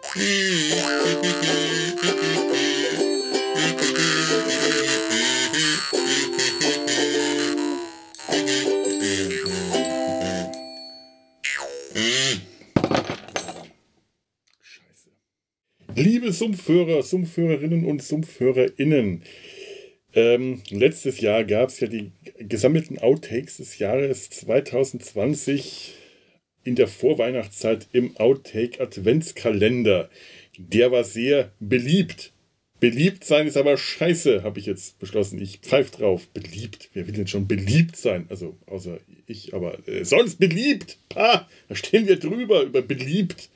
Liebe Sumpfhörer, Sumpfhörerinnen und SumpfhörerInnen, letztes Jahr gab es ja die gesammelten Outtakes des Jahres 2020 in der Vorweihnachtszeit im Outtake-Adventskalender. Der war sehr beliebt. Beliebt sein ist aber scheiße, habe ich jetzt beschlossen. Ich pfeife drauf. Beliebt. Wer will denn schon beliebt sein? Also, außer ich, aber sonst beliebt. Da stehen wir drüber, über beliebt.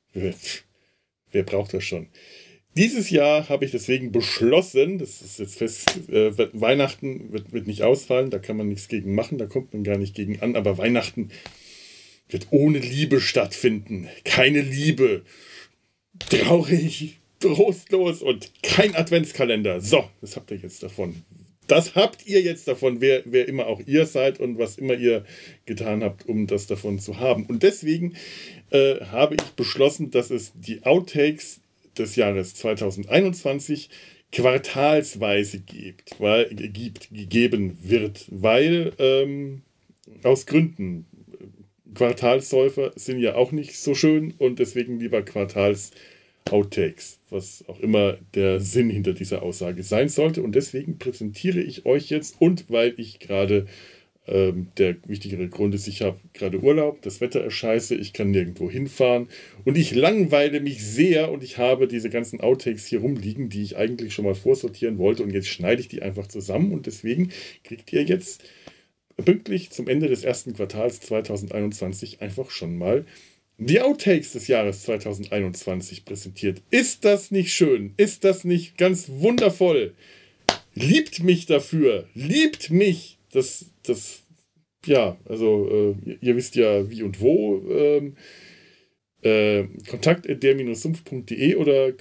Wer braucht das schon? Dieses Jahr habe ich deswegen beschlossen, das ist jetzt fest, Weihnachten wird nicht ausfallen, da kann man nichts gegen machen, da kommt man gar nicht gegen an, aber Weihnachten wird ohne Liebe stattfinden. Keine Liebe. Traurig, trostlos und kein Adventskalender. So, das habt ihr jetzt davon. Das habt ihr jetzt davon, wer immer auch ihr seid und was immer ihr getan habt, um das davon zu haben. Und deswegen habe ich beschlossen, dass es die Outtakes des Jahres 2021 quartalsweise gegeben wird, weil aus Gründen. Quartalssäufer sind ja auch nicht so schön und deswegen lieber Quartals-Outtakes, was auch immer der Sinn hinter dieser Aussage sein sollte. Und deswegen präsentiere ich euch jetzt, und weil ich gerade, der wichtigere Grund ist, ich habe gerade Urlaub, das Wetter ist scheiße, ich kann nirgendwo hinfahren und ich langweile mich sehr und ich habe diese ganzen Outtakes hier rumliegen, die ich eigentlich schon mal vorsortieren wollte und jetzt schneide ich die einfach zusammen und deswegen kriegt ihr jetzt pünktlich zum Ende des ersten Quartals 2021 einfach schon mal die Outtakes des Jahres 2021 präsentiert. Ist das nicht schön? Ist das nicht ganz wundervoll? Liebt mich dafür. Liebt mich. Ja, also ihr wisst ja wie und wo. kontakt@der-sumpf.de oder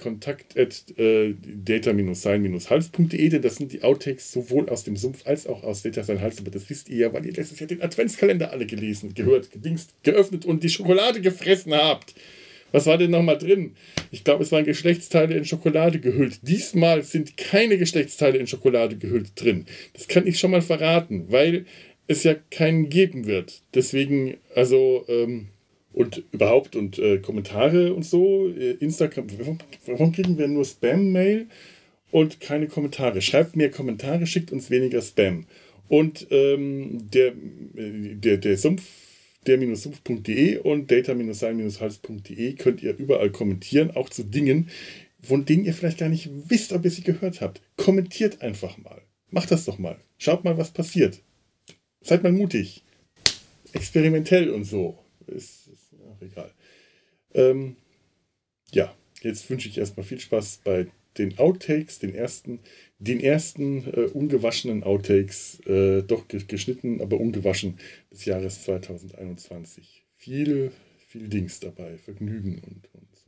kontakt@data-sein-hals.de, denn das sind die Outtakes sowohl aus dem Sumpf als auch aus Data Sein Hals, aber das wisst ihr ja, weil ihr letztes Jahr den Adventskalender alle gelesen, gehört, gedingst, geöffnet und die Schokolade gefressen habt. Was war denn nochmal drin? Ich glaube, es waren Geschlechtsteile in Schokolade gehüllt. Diesmal sind keine Geschlechtsteile in Schokolade gehüllt drin. Das kann ich schon mal verraten, weil es ja keinen geben wird. Deswegen, also, und überhaupt und Kommentare und so, Instagram, warum kriegen wir nur Spam-Mail und keine Kommentare? Schreibt mehr Kommentare, schickt uns weniger Spam. Und der Sumpf, der-sumpf.de und data-sein-hals.de könnt ihr überall kommentieren, auch zu Dingen, von denen ihr vielleicht gar nicht wisst, ob ihr sie gehört habt. Kommentiert einfach mal. Macht das doch mal. Schaut mal, was passiert. Seid mal mutig. Experimentell und so. Ist auch egal. Ja, jetzt wünsche ich erstmal viel Spaß bei den Outtakes, den ersten ungewaschenen Outtakes, doch geschnitten, aber ungewaschen des Jahres 2021. Viel Dings dabei, Vergnügen und so.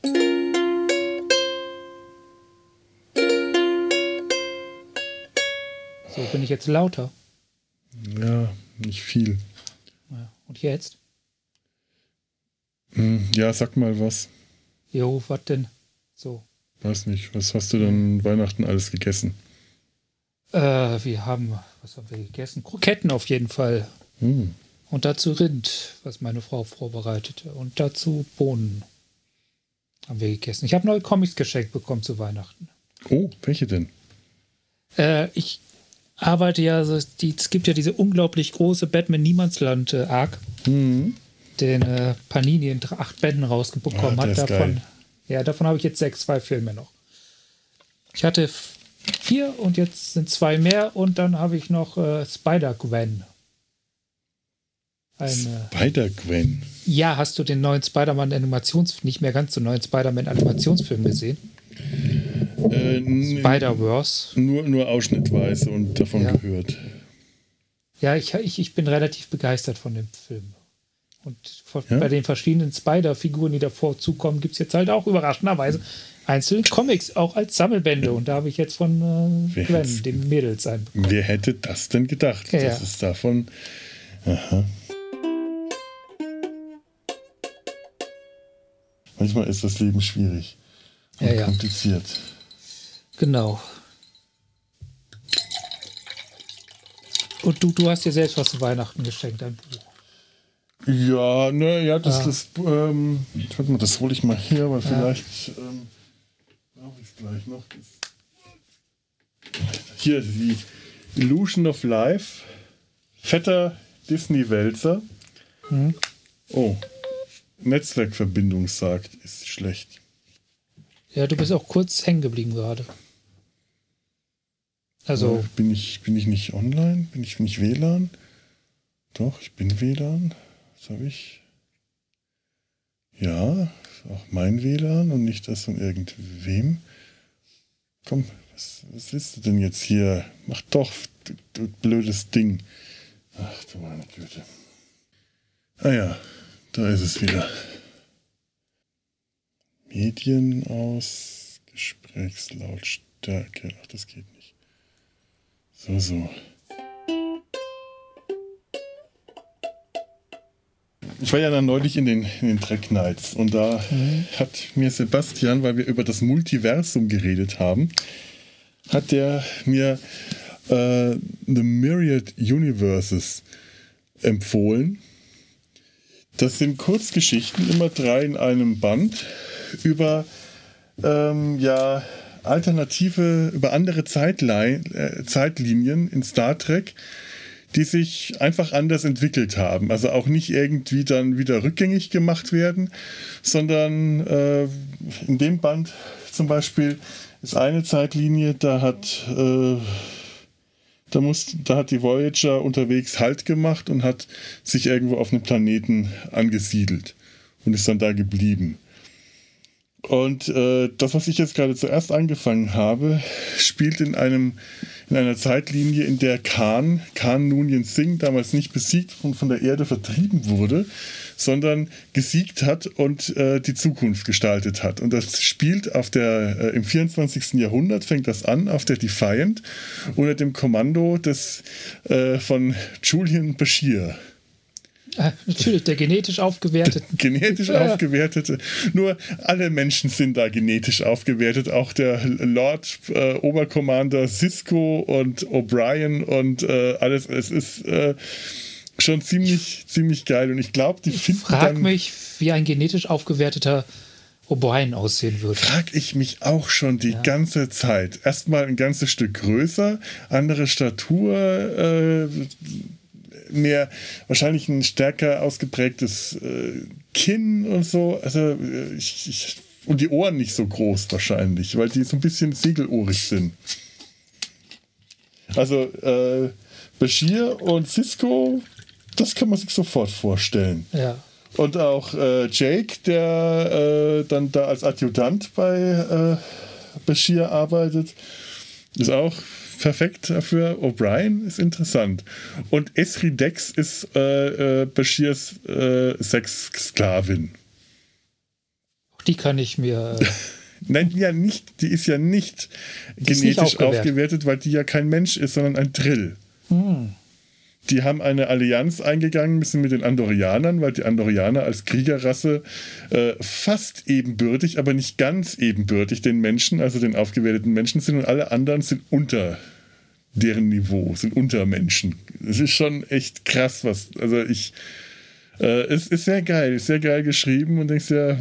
So, bin ich jetzt lauter? Ja, nicht viel. Ja, und jetzt? Ja, sag mal was. Jo, was denn? So. Weiß nicht, was hast du denn Weihnachten alles gegessen? Was haben wir gegessen? Kroketten auf jeden Fall. Und dazu Rind, was meine Frau vorbereitete. Und dazu Bohnen haben wir gegessen. Ich habe neue Comics geschenkt bekommen zu Weihnachten. Oh, welche denn? Ich arbeite ja, es gibt ja diese unglaublich große Batman-Niemandsland-Arc, den Panini in 8 Bänden rausbekommen hat. Davon habe ich jetzt 2 Filme noch. Ich hatte 4 und jetzt sind 2 mehr und dann habe ich noch Spider-Gwen. Spider-Gwen? Ja, hast du den neuen nicht mehr ganz so neuen Spider-Man-Animationsfilm gesehen? Spider-Verse. Nur ausschnittweise und davon gehört. Ja, ich bin relativ begeistert von dem Film. Und bei den verschiedenen Spider-Figuren, die davor zukommen, gibt es jetzt halt auch überraschenderweise einzelne Comics, auch als Sammelbände. Und da habe ich jetzt von Gwen, dem Mädels, einen bekommen. Wer hätte das denn gedacht? Ja, das ist davon... Aha. Manchmal ist das Leben schwierig und kompliziert. Genau. Und du hast dir selbst was zu Weihnachten geschenkt, ein Buch. Ja, das hole ich mal her, weil vielleicht brauche ich es gleich noch. Hier, die Illusion of Life, fetter Disney-Wälzer. Oh, Netzwerkverbindung sagt, ist schlecht. Ja, du bist auch kurz hängen geblieben gerade. Also. Bin ich nicht online? Bin ich nicht WLAN? Doch, ich bin WLAN. Was habe ich? Ja, ist auch mein WLAN und nicht das von irgendwem. Komm, was willst du denn jetzt hier? Mach doch, du blödes Ding. Ach du meine Güte. Ah ja, da ist es wieder. Medien aus, Gesprächslautstärke. Ach, das geht nicht. So. Ich war ja dann neulich in den Track Nights und da hat mir Sebastian, weil wir über das Multiversum geredet haben, hat der mir The Myriad Universes empfohlen. Das sind Kurzgeschichten, immer 3 in einem Band, über alternative, über andere Zeitlinien in Star Trek, die sich einfach anders entwickelt haben. Also auch nicht irgendwie dann wieder rückgängig gemacht werden, sondern in dem Band zum Beispiel ist eine Zeitlinie, da hat die Voyager unterwegs Halt gemacht und hat sich irgendwo auf einem Planeten angesiedelt und ist dann da geblieben. Und das, was ich jetzt gerade zuerst angefangen habe, spielt in einer Zeitlinie, in der Khan Noonien Singh damals nicht besiegt und von der Erde vertrieben wurde, sondern gesiegt hat und die Zukunft gestaltet hat. Und das spielt im 24. Jahrhundert, fängt das an, auf der Defiant, unter dem Kommando von Julian Bashir. Natürlich, der genetisch aufgewertete. Aufgewertete. Nur alle Menschen sind da genetisch aufgewertet. Auch der Lord Oberkommander Sisko und O'Brien und alles. Es ist schon ziemlich geil. Und ich glaube, die finden dann... Frag mich, wie ein genetisch aufgewerteter O'Brien aussehen würde. Frag ich mich auch schon die ganze Zeit. Erstmal ein ganzes Stück größer, andere Statur, mehr wahrscheinlich ein stärker ausgeprägtes Kinn und so. Also und die Ohren nicht so groß wahrscheinlich, weil die so ein bisschen segelohrig sind. Also Bashir und Sisko, das kann man sich sofort vorstellen. Ja. Und auch Jake, der dann da als Adjutant bei Bashir arbeitet, ist auch perfekt dafür. O'Brien ist interessant. Und Esri Dex ist Bashirs Sexsklavin. Die kann ich mir... Nein, ja nicht. Die ist ja nicht genetisch aufgewertet, weil die ja kein Mensch ist, sondern ein Drill. Die haben eine Allianz eingegangen müssen mit den Andorianern, weil die Andorianer als Kriegerrasse fast ebenbürtig, aber nicht ganz ebenbürtig den Menschen, also den aufgewerteten Menschen sind, und alle anderen sind unter deren Niveau, sind Untermenschen. Es ist schon echt krass, es ist sehr geil geschrieben und denkst ja,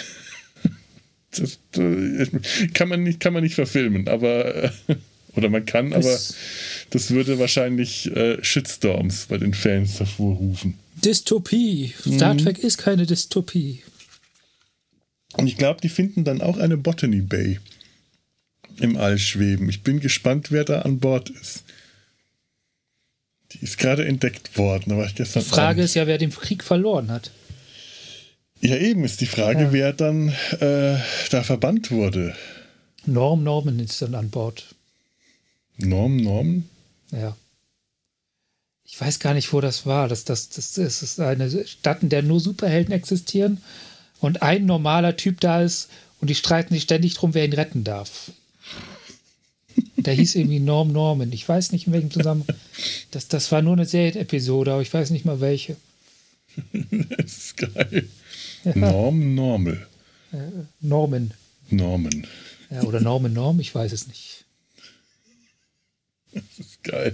das kann man nicht verfilmen, aber oder man kann, aber das würde wahrscheinlich Shitstorms bei den Fans hervorrufen. Dystopie. Star Trek ist keine Dystopie. Und ich glaube, die finden dann auch eine Botany Bay im All schweben. Ich bin gespannt, wer da an Bord ist. Die ist gerade entdeckt worden. Aber die Frage ist ja, wer den Krieg verloren hat. Ja, eben ist die Frage, wer dann da verbannt wurde. Norman ist dann an Bord. Norman? Ja. Ich weiß gar nicht, wo das war. Das ist eine Stadt, in der nur Superhelden existieren und ein normaler Typ da ist und die streiten sich ständig drum, wer ihn retten darf. Der hieß irgendwie Norman. Ich weiß nicht, in welchem Zusammenhang. Das war nur eine Serienepisode, aber ich weiß nicht mal welche. Das ist geil. Ja. Normal. Norman. Norman. Ja, oder Norm, ich weiß es nicht. Das ist geil.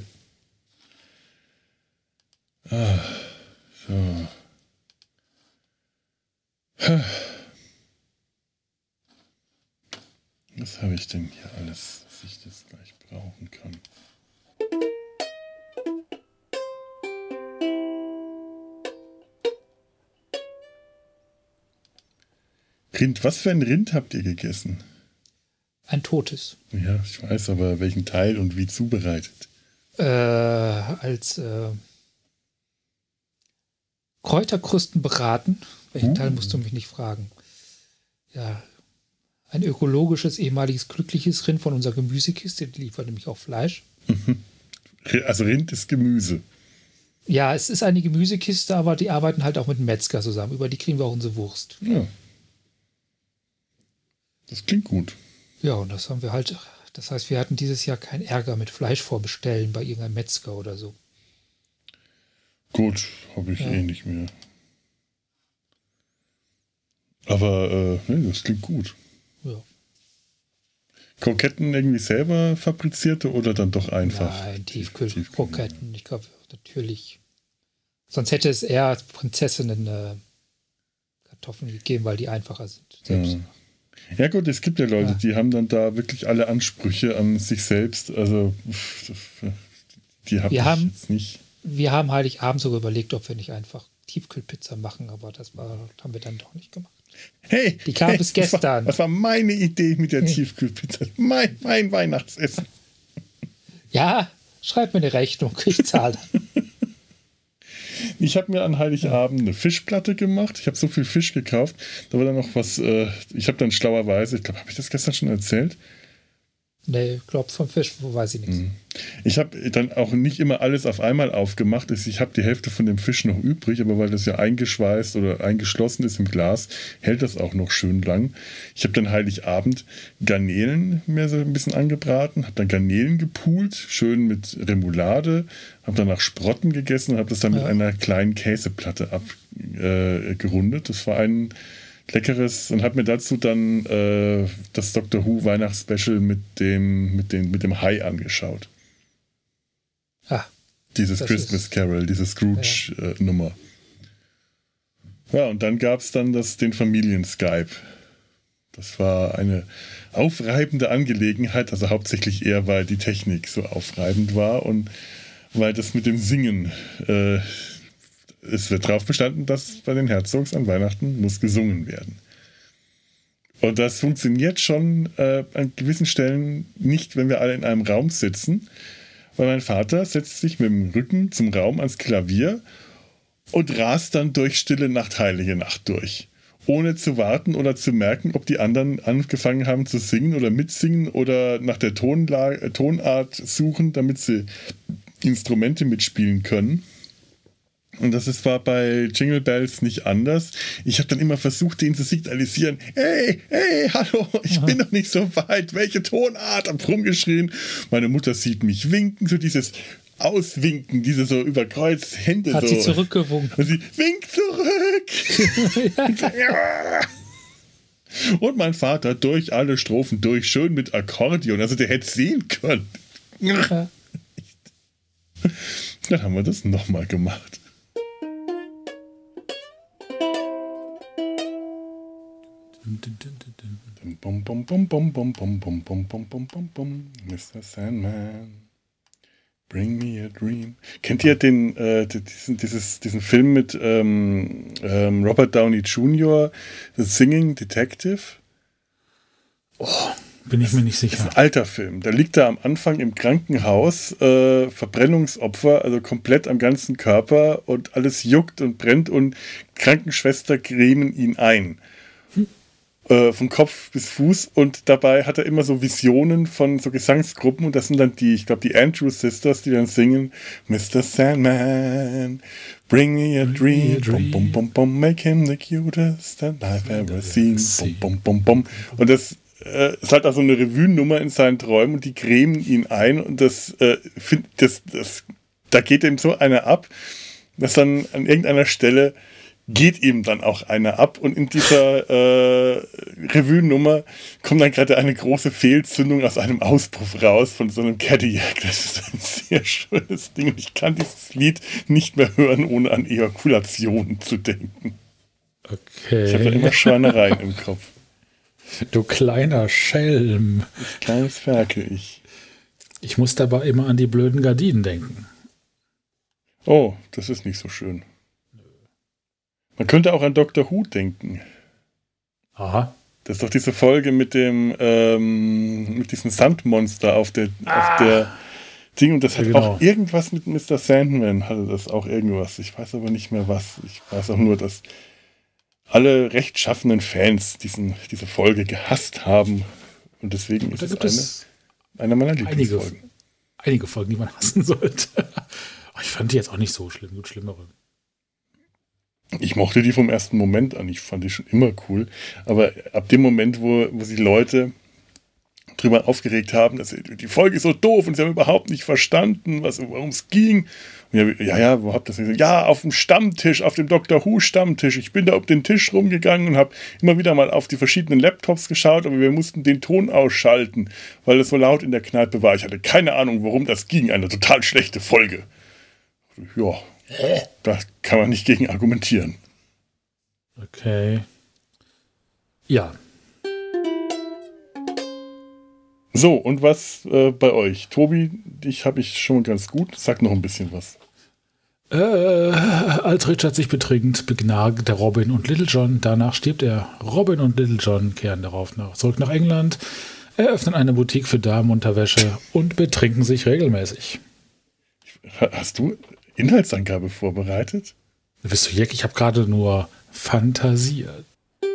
Ah, so. Was habe ich denn hier alles, was ich das gleich brauchen kann? Rind, was für ein Rind habt ihr gegessen? Ein totes. Ja, ich weiß, aber welchen Teil und wie zubereitet? Als Kräuterkrusten braten. Welchen Teil musst du mich nicht fragen? Ja, ein ökologisches, ehemaliges, glückliches Rind von unserer Gemüsekiste. Die liefert nämlich auch Fleisch. Also Rind ist Gemüse. Ja, es ist eine Gemüsekiste, aber die arbeiten halt auch mit dem Metzger zusammen. Über die kriegen wir auch unsere Wurst. Ja. Das klingt gut. Ja, und das haben wir halt. Das heißt, wir hatten dieses Jahr keinen Ärger mit Fleisch vorbestellen bei irgendeinem Metzger oder so. Gut, habe ich nicht mehr. Aber nee, das klingt gut. Ja. Kroketten irgendwie selber fabrizierte oder dann doch einfach? Nein, Tiefkühlkroketten. Ich glaube, natürlich. Sonst hätte es eher Prinzessinnen Kartoffeln gegeben, weil die einfacher sind. Selbst. Ja gut, es gibt ja Leute, die haben dann da wirklich alle Ansprüche an sich selbst. Also die habe ich jetzt nicht. Wir haben Heiligabend sogar überlegt, ob wir nicht einfach Tiefkühlpizza machen, aber haben wir dann doch nicht gemacht. Hey, die kam bis gestern. Das war meine Idee mit der Tiefkühlpizza. Mein Weihnachtsessen. Ja, schreib mir eine Rechnung, ich zahle. Ich habe mir an Heiligabend eine Fischplatte gemacht. Ich habe so viel Fisch gekauft. Da war dann noch was, ich habe dann schlauerweise, ich glaube, habe ich das gestern schon erzählt? Nee, ich glaube vom Fisch, weiß ich nichts. Ich habe dann auch nicht immer alles auf einmal aufgemacht. Ich habe die Hälfte von dem Fisch noch übrig, aber weil das ja eingeschweißt oder eingeschlossen ist im Glas, hält das auch noch schön lang. Ich habe dann Heiligabend Garnelen mir so ein bisschen angebraten, habe dann Garnelen gepult, schön mit Remoulade, habe danach Sprotten gegessen und habe das dann mit einer kleinen Käseplatte abgerundet. Das war ein leckeres und habe mir dazu dann das Doctor Who Weihnachtsspecial mit dem Hai angeschaut. Dieses Christmas Carol, diese Scrooge-Nummer. Ja, und dann gab es dann den Familien-Skype. Das war eine aufreibende Angelegenheit, also hauptsächlich eher, weil die Technik so aufreibend war und weil das mit dem Singen es wird darauf bestanden, dass bei den Herzogs an Weihnachten muss gesungen werden. Und das funktioniert schon an gewissen Stellen nicht, wenn wir alle in einem Raum sitzen, weil mein Vater setzt sich mit dem Rücken zum Raum ans Klavier und rast dann durch Stille Nacht, Heilige Nacht durch, ohne zu warten oder zu merken, ob die anderen angefangen haben zu singen oder mitsingen oder nach der Tonart suchen, damit sie Instrumente mitspielen können. Und das war bei Jingle Bells nicht anders. Ich habe dann immer versucht, den zu signalisieren. Hey, hallo, ich bin noch nicht so weit. Welche Tonart? Hab rumgeschrien. Meine Mutter sieht mich winken, so dieses Auswinken, diese so überkreuzt Hände. Hat sie zurückgewunken. Und sie winkt zurück. Und mein Vater durch alle Strophen durch, schön mit Akkordeon. Also der hätte sehen können. Ja. Dann haben wir das nochmal gemacht. Mr. Sandman, bring me a dream. Kennt ihr diesen Film mit Robert Downey Jr., The Singing Detective? Bin ich mir nicht sicher. Das ist ein alter Film. Da liegt er am Anfang im Krankenhaus, Verbrennungsopfer, also komplett am ganzen Körper und alles juckt und brennt und Krankenschwester cremen ihn ein. Von Kopf bis Fuß und dabei hat er immer so Visionen von so Gesangsgruppen und das sind dann die Andrew Sisters, die dann singen Mr. Sandman, bring me a dream, bum, bum, bum, bum, make him the cutest that I've ever seen, bum, bum, bum, bum. Und das ist halt auch so eine Revue-Nummer in seinen Träumen und die cremen ihn ein und da geht ihm so einer ab, dass dann an irgendeiner Stelle geht ihm dann auch einer ab und in dieser Revue-Nummer kommt dann gerade eine große Fehlzündung aus einem Auspuff raus von so einem Cadillac. Das ist ein sehr schönes Ding und ich kann dieses Lied nicht mehr hören, ohne an Ejakulationen zu denken. Okay. Ich habe da immer Schweinereien im Kopf. Du kleiner Schelm. Kleines Ferkel, ich. Ich muss dabei immer an die blöden Gardinen denken. Oh, das ist nicht so schön. Man könnte auch an Dr. Who denken. Aha. Das ist doch diese Folge mit dem mit diesem Sandmonster auf der Ding. Und das hat auch irgendwas mit Mr. Sandman, hatte das auch irgendwas. Ich weiß aber nicht mehr was. Ich weiß auch nur, dass alle rechtschaffenen Fans diese Folge gehasst haben. Und deswegen ist es eine meiner Lieblingsfolgen. Einige Folgen, die man hassen sollte. Ich fand die jetzt auch nicht so schlimm. Gut, schlimmere. Ich mochte die vom ersten Moment an. Ich fand die schon immer cool. Aber ab dem Moment, wo sich Leute drüber aufgeregt haben, dass die Folge ist so doof und sie haben überhaupt nicht verstanden, worum es ging. Und wo habt ihr das gesagt? Ja, auf dem Stammtisch, auf dem Dr. Who Stammtisch. Ich bin da um den Tisch rumgegangen und habe immer wieder mal auf die verschiedenen Laptops geschaut, aber wir mussten den Ton ausschalten, weil es so laut in der Kneipe war. Ich hatte keine Ahnung, worum das ging. Eine total schlechte Folge. Ja, da kann man nicht gegen argumentieren. Okay. Ja. So, und was bei euch? Tobi, dich habe ich schon ganz gut. Sag noch ein bisschen was. Als Richard sich betrinkt, begnagt der Robin und Little John. Danach stirbt er. Robin und Little John kehren darauf zurück nach England, eröffnen eine Boutique für Damenunterwäsche und betrinken sich regelmäßig. Hast du Inhaltsangabe vorbereitet? Bist du Jack? Ich habe gerade nur fantasiert.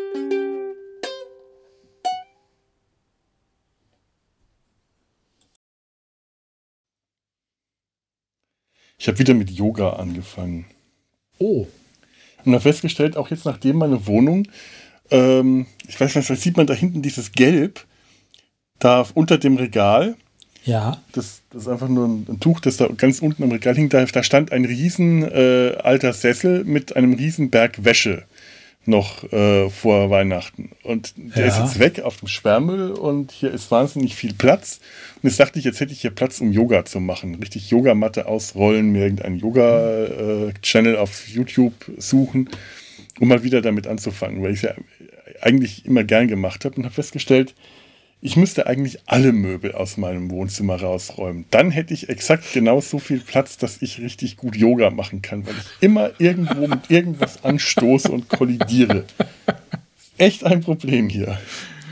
Ich habe wieder mit Yoga angefangen. Oh. Und habe festgestellt, auch jetzt nachdem meine Wohnung, ich weiß nicht, vielleicht sieht man da hinten dieses Gelb, da unter dem Regal. Ja. Das ist einfach nur ein Tuch, das da ganz unten am Regal hing. Da stand ein riesen alter Sessel mit einem riesen Berg Wäsche noch vor Weihnachten. Und der ist jetzt weg auf dem Sperrmüll und hier ist wahnsinnig viel Platz. Und jetzt dachte ich, jetzt hätte ich hier Platz, um Yoga zu machen. Richtig Yogamatte ausrollen, mir irgendeinen Yoga-Channel auf YouTube suchen, um mal wieder damit anzufangen, weil ich es ja eigentlich immer gern gemacht habe und habe festgestellt, ich müsste eigentlich alle Möbel aus meinem Wohnzimmer rausräumen. Dann hätte ich exakt genau so viel Platz, dass ich richtig gut Yoga machen kann, weil ich immer irgendwo mit irgendwas anstoße und kollidiere. Echt ein Problem hier.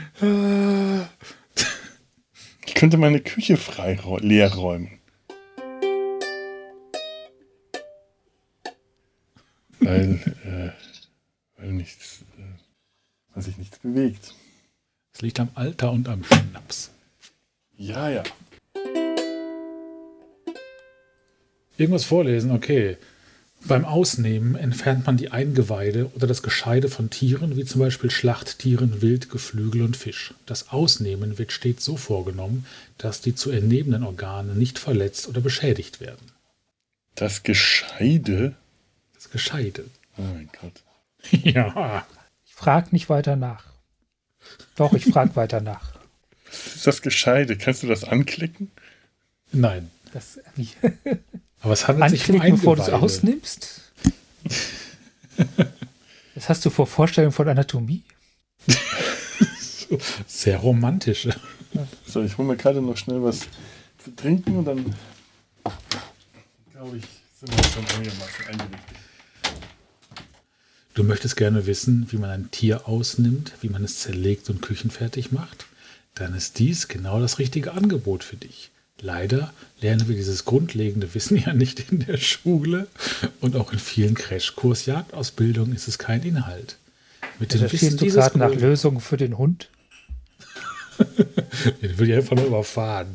Ich könnte meine Küche leer räumen. Weil sich nichts bewegt. Es liegt am Alter und am Schnaps. Ja, ja. Irgendwas vorlesen, okay. Beim Ausnehmen entfernt man die Eingeweide oder das Gescheide von Tieren, wie zum Beispiel Schlachttieren, Wild, Geflügel und Fisch. Das Ausnehmen wird stets so vorgenommen, dass die zu entnehmenden Organe nicht verletzt oder beschädigt werden. Das Gescheide? Das Gescheide. Oh mein Gott. Ja. Ich frage nicht weiter nach. Doch, ich frage weiter nach. Was ist das Gescheide? Kannst du das anklicken? Nein. Wie? Aber es handelt sich um Anklicken, bevor du es Eingeweide. ausnimmst? Was hast du vor Vorstellungen von Anatomie? Sehr romantisch. So, ich hole mir gerade noch schnell was zu trinken und dann glaube ich, sind wir schon einigermaßen eingerichtet. Du möchtest gerne wissen, wie man ein Tier ausnimmt, wie man es zerlegt und küchenfertig macht? Dann ist dies genau das richtige Angebot für dich. Leider lernen wir dieses grundlegende Wissen ja nicht in der Schule und auch in vielen Crashkurs-Jagdausbildungen ist es kein Inhalt. Mit dem Wissen du gerade nach Lösungen für den Hund? Den würde ich einfach nur überfahren.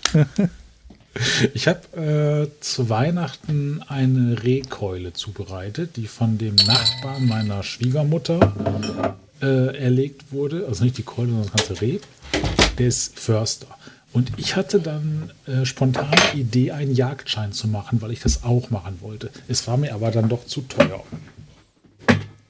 Ich habe zu Weihnachten eine Rehkeule zubereitet, die von dem Nachbarn meiner Schwiegermutter erlegt wurde. Also nicht die Keule, sondern das ganze Reh. Der ist Förster. Und ich hatte dann spontan die Idee, einen Jagdschein zu machen, weil ich das auch machen wollte. Es war mir aber dann doch zu teuer.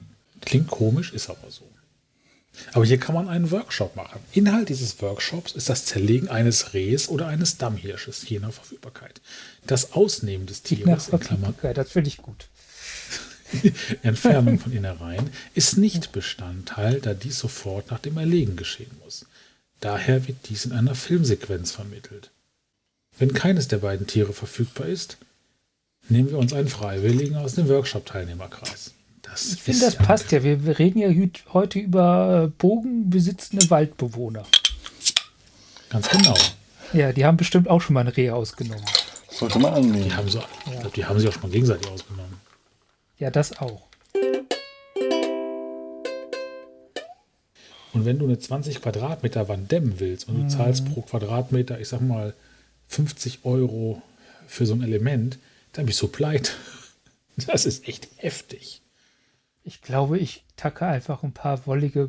Klingt komisch, ist aber so. Aber hier kann man einen Workshop machen. Inhalt dieses Workshops ist das Zerlegen eines Rehs oder eines Dammhirsches, je nach Verfügbarkeit. Das Ausnehmen des Tieres, in Klammern, das finde ich gut. Entfernung von Innereien, ist nicht Bestandteil, da dies sofort nach dem Erlegen geschehen muss. Daher wird dies in einer Filmsequenz vermittelt. Wenn keines der beiden Tiere verfügbar ist, nehmen wir uns einen Freiwilligen aus dem Workshop-Teilnehmerkreis. Ich finde, das passt ja. Wir reden ja heute über bogenbesitzende Waldbewohner. Ganz genau. Ja, die haben bestimmt auch schon mal ein Reh ausgenommen. Sollte man annehmen. Ich glaube, die haben sie auch schon mal gegenseitig ausgenommen. Ja, das auch. Und wenn du eine 20 Quadratmeter Wand dämmen willst und du zahlst pro Quadratmeter, ich sag mal, 50 € für so ein Element, dann bist du pleite. Das ist echt heftig. Ich glaube, ich tacke einfach ein paar wollige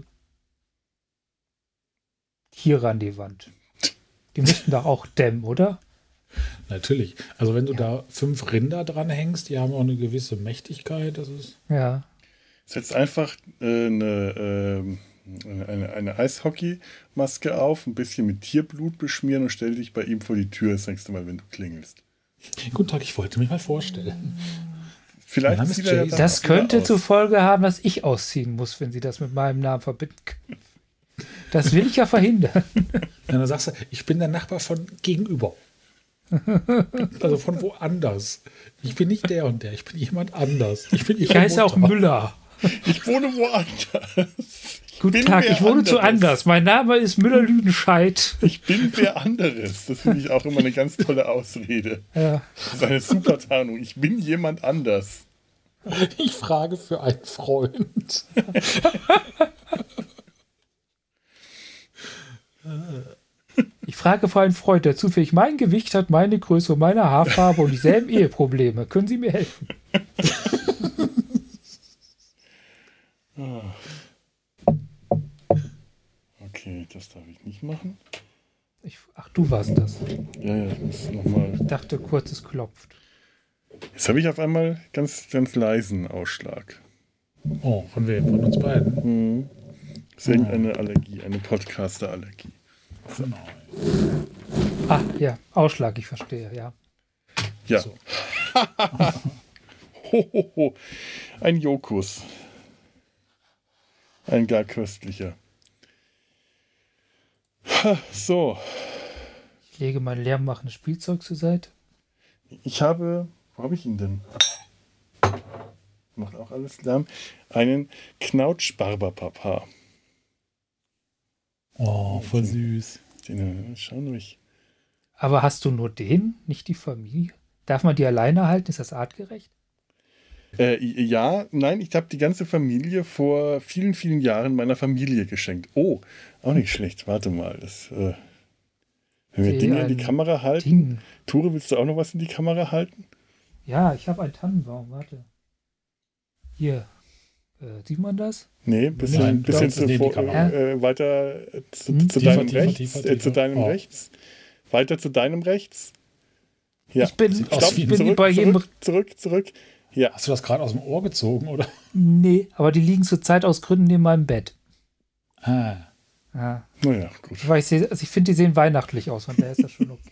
Tiere an die Wand. Die müssten doch auch dämmen, oder? Natürlich. Also wenn du da 5 Rinder dran hängst, die haben auch eine gewisse Mächtigkeit. Das ist ja. Setz einfach eine Eishockeymaske auf, ein bisschen mit Tierblut beschmieren und stell dich bei ihm vor die Tür das nächste Mal, wenn du klingelst. Guten Tag, ich wollte mich mal vorstellen. Vielleicht sieht er das könnte zur Folge haben, dass ich ausziehen muss, wenn Sie das mit meinem Namen verbinden können. Das will ich ja verhindern. Ja, dann sagst du, ich bin der Nachbar von gegenüber. Also von woanders. Ich bin nicht der und der, ich bin jemand anders. Ich heiße auch Müller. Ich wohne woanders. Guten Tag, ich wohne zu anders. Mein Name ist Müller-Lüdenscheid. Ich bin wer anderes. Das finde ich auch immer eine ganz tolle Ausrede. Ja. Das ist eine super Tarnung. Ich bin jemand anders. Ich frage für einen Freund. Ich frage für einen Freund, der zufällig mein Gewicht hat, meine Größe und meine Haarfarbe und dieselben Eheprobleme. Können Sie mir helfen? Okay, das darf ich nicht machen. Ach, du warst das. Ja, das muss nochmal. Ich dachte kurz, es klopft. Jetzt habe ich auf einmal ganz, ganz leisen Ausschlag. Oh, von wem? Von uns beiden? Das ist irgendeine Allergie, eine Podcaster-Allergie. Genau. Ah, ja, Ausschlag, ich verstehe, ja. Ja. So. Ein Jokus. Ein gar köstlicher. So. Ich lege mein lärmmachendes Spielzeug zur Seite. Ich habe, wo habe ich ihn denn? Macht auch alles Lärm. Einen Knautsch-Barberpapa. Oh, voll süß. Den schauen ruhig. Aber hast du nur den, nicht die Familie? Darf man die alleine halten? Ist das artgerecht? Ja, nein, ich habe die ganze Familie vor vielen, vielen Jahren meiner Familie geschenkt. Oh, auch nicht schlecht. Warte mal. Das, wenn wir Dinge in die Kamera halten. Ture, willst du auch noch was in die Kamera halten? Ja, ich habe einen Tannenbaum. Warte. Hier. Sieht man das? Nee, bisschen weiter zu deinem rechts. Zu deinem rechts. Weiter zu deinem rechts. Ja. Ich bin zurück. Ja. Hast du das gerade aus dem Ohr gezogen, oder? Nee, aber die liegen zurzeit aus Gründen neben meinem Bett. Ah. Ja. Naja, gut. Weil ich finde, die sehen weihnachtlich aus, von daher ist das schon okay.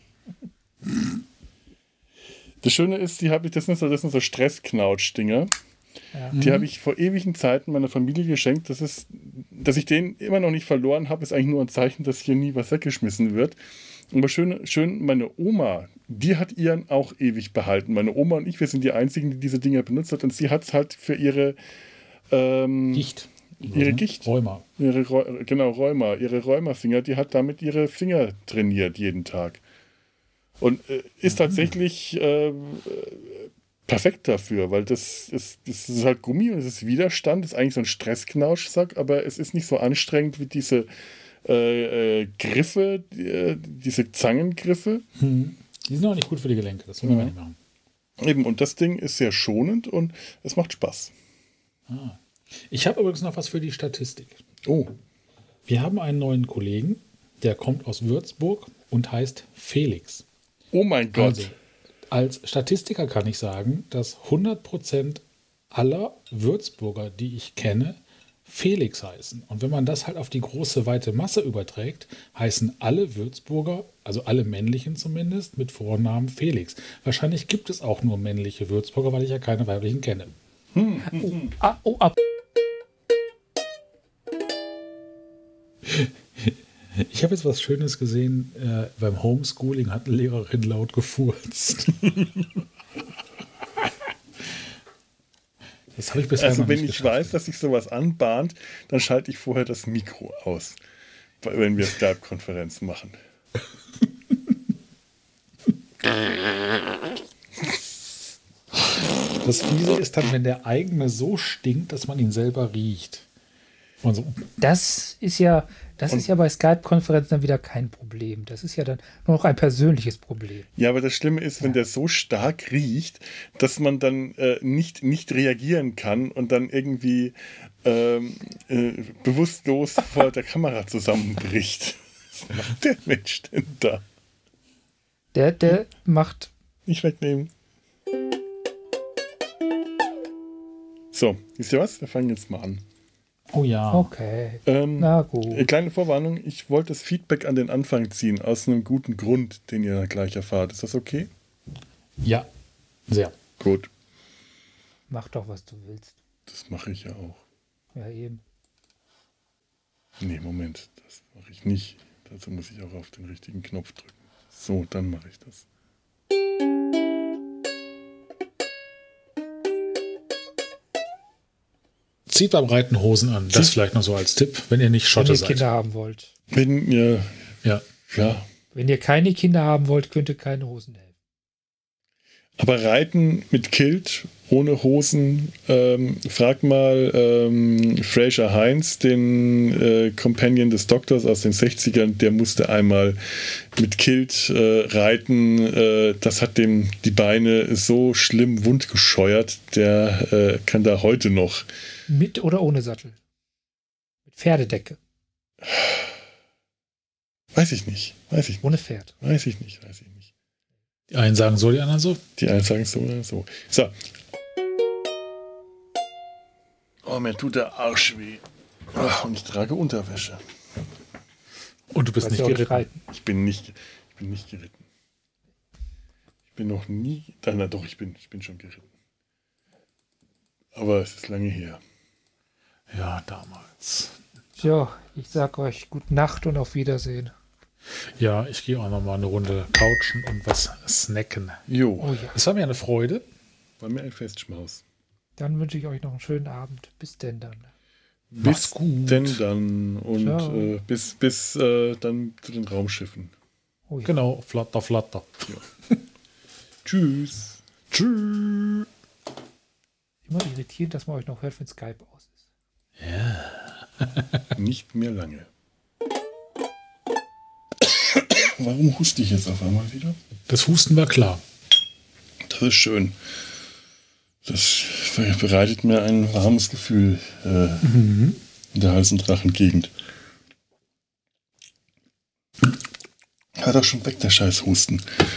Das Schöne ist, das sind so Stressknautsch-Dinger. Ja. Die habe ich vor ewigen Zeiten meiner Familie geschenkt. Dass ich den immer noch nicht verloren habe, ist eigentlich nur ein Zeichen, dass hier nie was weggeschmissen wird. Aber schön, meine Oma, die hat ihren auch ewig behalten. Meine Oma und ich, wir sind die Einzigen, die diese Dinger benutzt hat. Und sie hat es halt für ihre Gicht. Ihre Gicht. Rheuma. Rheuma. Ihre Rheumafinger, die hat damit ihre Finger trainiert jeden Tag. Und ist tatsächlich perfekt dafür, weil das ist halt Gummi und es ist Widerstand, ist eigentlich so ein Stressknautschsack, aber es ist nicht so anstrengend wie diese Griffe, diese Zangengriffe. Die sind auch nicht gut für die Gelenke, das wollen wir nicht machen. Eben, und das Ding ist sehr schonend und es macht Spaß. Ich habe übrigens noch was für die Statistik. Oh. Wir haben einen neuen Kollegen, der kommt aus Würzburg und heißt Felix. Oh mein Gott. Also, als Statistiker kann ich sagen, dass 100% aller Würzburger, die ich kenne, Felix heißen. Und wenn man das halt auf die große, weite Masse überträgt, heißen alle Würzburger, also alle männlichen zumindest, mit Vornamen Felix. Wahrscheinlich gibt es auch nur männliche Würzburger, weil ich ja keine weiblichen kenne. Ich habe jetzt was Schönes gesehen. Beim Homeschooling hat eine Lehrerin laut gefurzt. Das habe ich bisher Also noch wenn nicht ich geschafft. weiß, dass sich sowas anbahnt, dann schalte ich vorher das Mikro aus, wenn wir Skype-Konferenzen machen. Das Fiese ist dann, wenn der eigene so stinkt, dass man ihn selber riecht. Und so, Das ist ja bei Skype-Konferenzen dann wieder kein Problem. Das ist ja dann nur noch ein persönliches Problem. Ja, aber das Schlimme ist, wenn der so stark riecht, dass man dann nicht reagieren kann und dann irgendwie bewusstlos vor der Kamera zusammenbricht. Was macht der Mensch denn da? Der macht. Nicht wegnehmen. So, wisst ihr was? Wir fangen jetzt mal an. oh ja. Okay. Na gut. Kleine Vorwarnung, ich wollte das Feedback an den Anfang ziehen, aus einem guten Grund, den ihr gleich erfahrt. Ist das okay? Ja, sehr. Gut, Mach doch, was du willst. das mache ich ja auch. Ja, eben. Nee, Moment, das mache ich nicht. Dazu muss ich auch auf den richtigen Knopf drücken. So, dann mache ich das. Zieht beim Reiten Hosen an. Das vielleicht noch so als Tipp, wenn ihr nicht Wenn Schotte ihr seid. Kinder haben wollt. Wenn ihr, Ja. ja, Wenn ihr keine Kinder haben wollt, könnt ihr keine Hosen helfen. aber Reiten mit Kilt, ohne Hosen, frag mal Fraser Hines, den Companion des Doktors aus den 60ern, der musste einmal mit Kilt reiten. Das hat dem die Beine so schlimm wundgescheuert, der kann da heute noch. Mit oder ohne Sattel? Mit Pferdedecke. Weiß ich nicht. Ohne Pferd. Weiß ich nicht. Die einen sagen so, die anderen so. Die einen sagen so oder so. So. Oh, mir tut der Arsch weh. Ach, und ich trage Unterwäsche. Und du bist Weiß nicht ja auch geritten. reiten. Ich bin nicht geritten. Ich bin noch nie. Na doch, ich bin schon geritten. Aber es ist lange her. Ja, damals. Ja, ich sag euch gute Nacht und auf Wiedersehen. Ja, ich gehe auch noch mal eine Runde couchen und was snacken. Jo, Oh ja. Es war mir eine Freude. war mir ein Festschmaus. Dann wünsche ich euch noch einen schönen Abend. Bis denn dann. Macht's Bis gut. denn dann und Ciao. bis dann zu den Raumschiffen. Oh ja. Genau, flatter, flatter. Tschüss. Tschüss. Immer irritierend, dass man euch noch hört, wenn Skype aus ist. Nicht mehr lange. Warum huste ich jetzt auf einmal wieder? Das Husten war klar. Das ist schön. Das bereitet mir ein warmes Gefühl in der Hals- und Rachengegend. Hör doch schon weg, der scheiß Husten.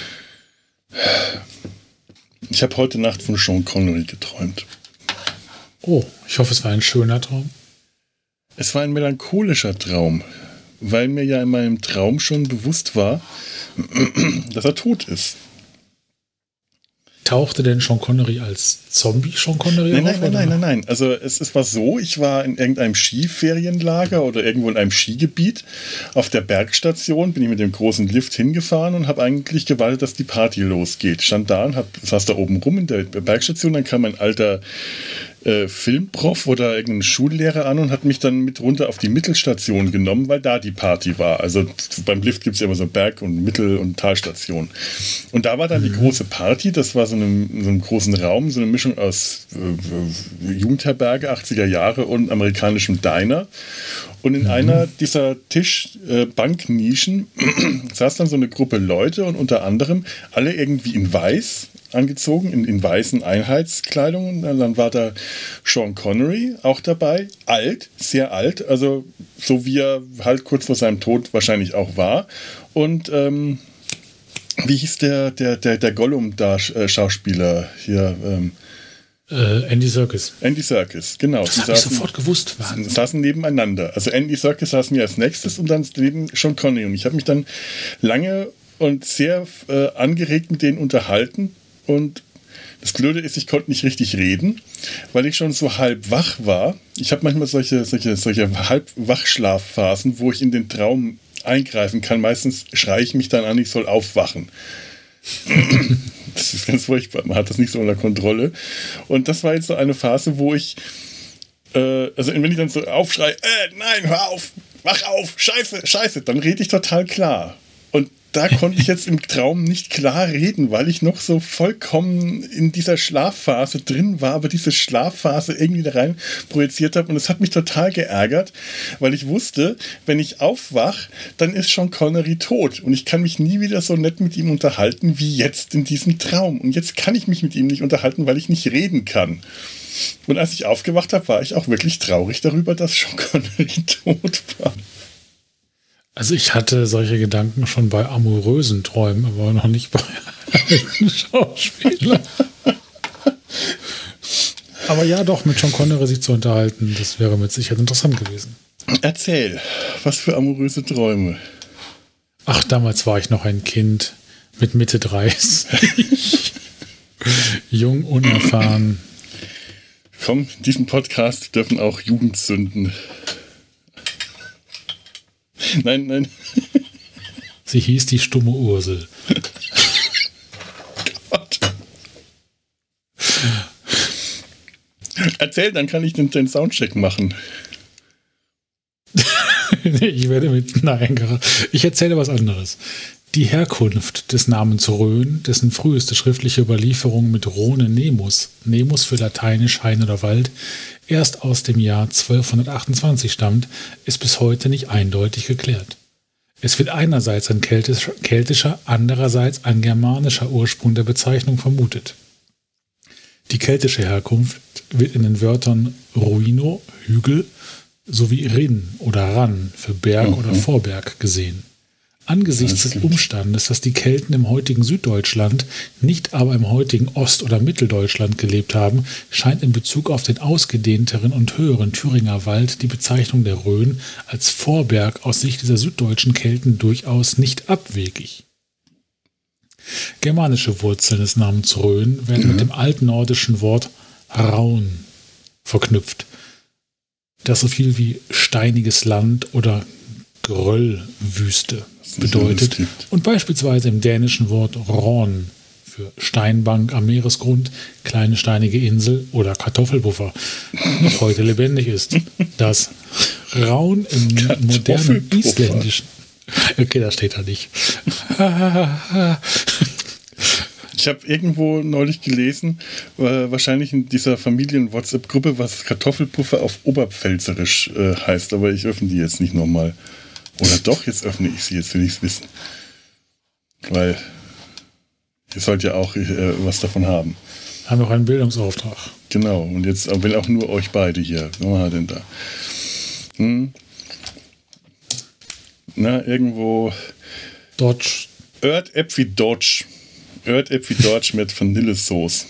Ich habe heute Nacht von Sean Connery geträumt. Oh, ich hoffe, es war ein schöner Traum. Es war ein melancholischer Traum, weil mir ja in meinem Traum schon bewusst war, dass er tot ist. Tauchte denn Sean Connery als Zombie Sean Connery auf? oder? Nein. Also es war so, ich war in irgendeinem Skiferienlager oder irgendwo in einem Skigebiet. Auf der Bergstation bin ich mit dem großen Lift hingefahren und habe eigentlich gewartet, dass die Party losgeht. Stand da und saß da oben rum in der Bergstation. Dann kam ein alter Filmprof oder irgendein Schullehrer an und hat mich dann mit runter auf die Mittelstation genommen, weil da die Party war. Also beim Lift gibt es ja immer so Berg- und Mittel- und Talstation. Und da war dann die große Party, das war so einem großen Raum, so eine Mischung aus Jugendherberge, 80er Jahre und amerikanischem Diner. Und in einer dieser Banknischen saß dann so eine Gruppe Leute und unter anderem alle irgendwie in weiß angezogen, in weißen Einheitskleidung. Und dann war da Sean Connery auch dabei, alt, sehr alt, also so wie er halt kurz vor seinem Tod wahrscheinlich auch war. Und wie hieß der Gollum da Schauspieler hier? Andy Serkis. Andy Serkis, genau. Das habe ich sofort gewusst. Saßen nebeneinander. Also Andy Serkis saß mir als nächstes und dann neben Sean Connery. Und ich habe mich dann lange und sehr angeregt mit denen unterhalten. Und das Blöde ist, ich konnte nicht richtig reden, weil ich schon so halb wach war. Ich habe manchmal solche halb Wachschlafphasen, wo ich in den Traum eingreifen kann. Meistens schreie ich mich dann an, ich soll aufwachen. Das ist ganz furchtbar. Man hat das nicht so unter Kontrolle. Und das war jetzt so eine Phase, wo ich, also wenn ich dann so aufschreie, nein, hör auf, wach auf, scheiße, dann rede ich total klar. Und da konnte ich jetzt im Traum nicht klar reden, weil ich noch so vollkommen in dieser Schlafphase drin war, aber diese Schlafphase irgendwie da rein projiziert habe. Und es hat mich total geärgert, weil ich wusste, wenn ich aufwach, dann ist Sean Connery tot. Und ich kann mich nie wieder so nett mit ihm unterhalten wie jetzt in diesem Traum. Und jetzt kann ich mich mit ihm nicht unterhalten, weil ich nicht reden kann. Und als ich aufgewacht habe, war ich auch wirklich traurig darüber, dass Sean Connery tot war. Also ich hatte solche Gedanken schon bei amorösen Träumen, aber noch nicht bei einem Schauspieler. Aber ja, doch, mit Sean Connery sich zu unterhalten, das wäre mit Sicherheit interessant gewesen. Erzähl, was für amoröse Träume? Ach, damals war ich noch ein Kind mit Mitte 30. Jung, unerfahren. Komm, in diesem Podcast dürfen auch Jugendsünden. Nein. Sie hieß die stumme Ursel. Gott. Erzähl, dann kann ich den Soundcheck machen. Ich erzähle was anderes. Die Herkunft des Namens Rhön, dessen früheste schriftliche Überlieferung mit Rhone Nemus, Nemus für lateinisch Hain oder Wald, erst aus dem Jahr 1228 stammt, ist bis heute nicht eindeutig geklärt. Es wird einerseits ein keltischer, andererseits ein germanischer Ursprung der Bezeichnung vermutet. Die keltische Herkunft wird in den Wörtern Ruino, Hügel, sowie Rin oder Ran für Berg oder Vorberg gesehen. Angesichts des Umstandes, dass die Kelten im heutigen Süddeutschland, nicht aber im heutigen Ost- oder Mitteldeutschland gelebt haben, scheint in Bezug auf den ausgedehnteren und höheren Thüringer Wald die Bezeichnung der Rhön als Vorberg aus Sicht dieser süddeutschen Kelten durchaus nicht abwegig. Germanische Wurzeln des Namens Rhön werden mit dem altnordischen Wort Raun verknüpft, das so viel wie steiniges Land oder Gröllwüste bedeutet und beispielsweise im dänischen Wort Ron für Steinbank am Meeresgrund, kleine steinige Insel oder Kartoffelpuffer noch heute lebendig ist. Das Raun im modernen Isländischen. Okay, das steht da nicht. Ich habe irgendwo neulich gelesen, wahrscheinlich in dieser Familien-WhatsApp-Gruppe, was Kartoffelpuffer auf Oberpfälzerisch heißt, aber ich öffne die jetzt nicht nochmal. Oder doch, jetzt öffne ich sie, jetzt will ich es wissen. Weil ihr sollt ja auch was davon haben. Haben noch einen Bildungsauftrag. Genau, und jetzt wenn auch nur euch beide hier. Was machen wir denn da? Na, irgendwo. Dodge. Erdäpfel Dodge. Erdäpfel Dodge mit Vanillesauce.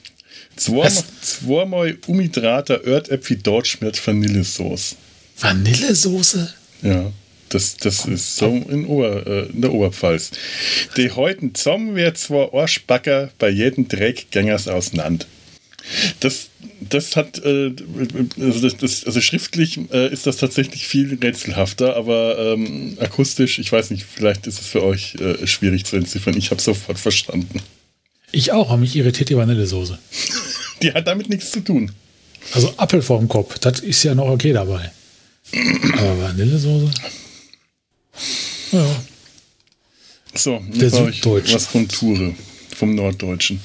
Zweimal umhydrater Erdäpfel Dodge mit Vanillesauce. Vanillesoße? Ja. Das ist so in der Oberpfalz. Die heuten zusammen wird zwar Arschbacker bei jedem Dreck gängers auseinander. Das hat, also schriftlich ist das tatsächlich viel rätselhafter, aber akustisch, ich weiß nicht, vielleicht ist es für euch schwierig zu entziffern. Ich habe sofort verstanden. Ich auch, aber mich irritiert die Vanillesoße. Die hat damit nichts zu tun. Also Apfel vorm Kopf, das ist ja noch okay dabei. Aber Vanillesoße? Ja. So, jetzt habe ich was von Ture, vom Norddeutschen.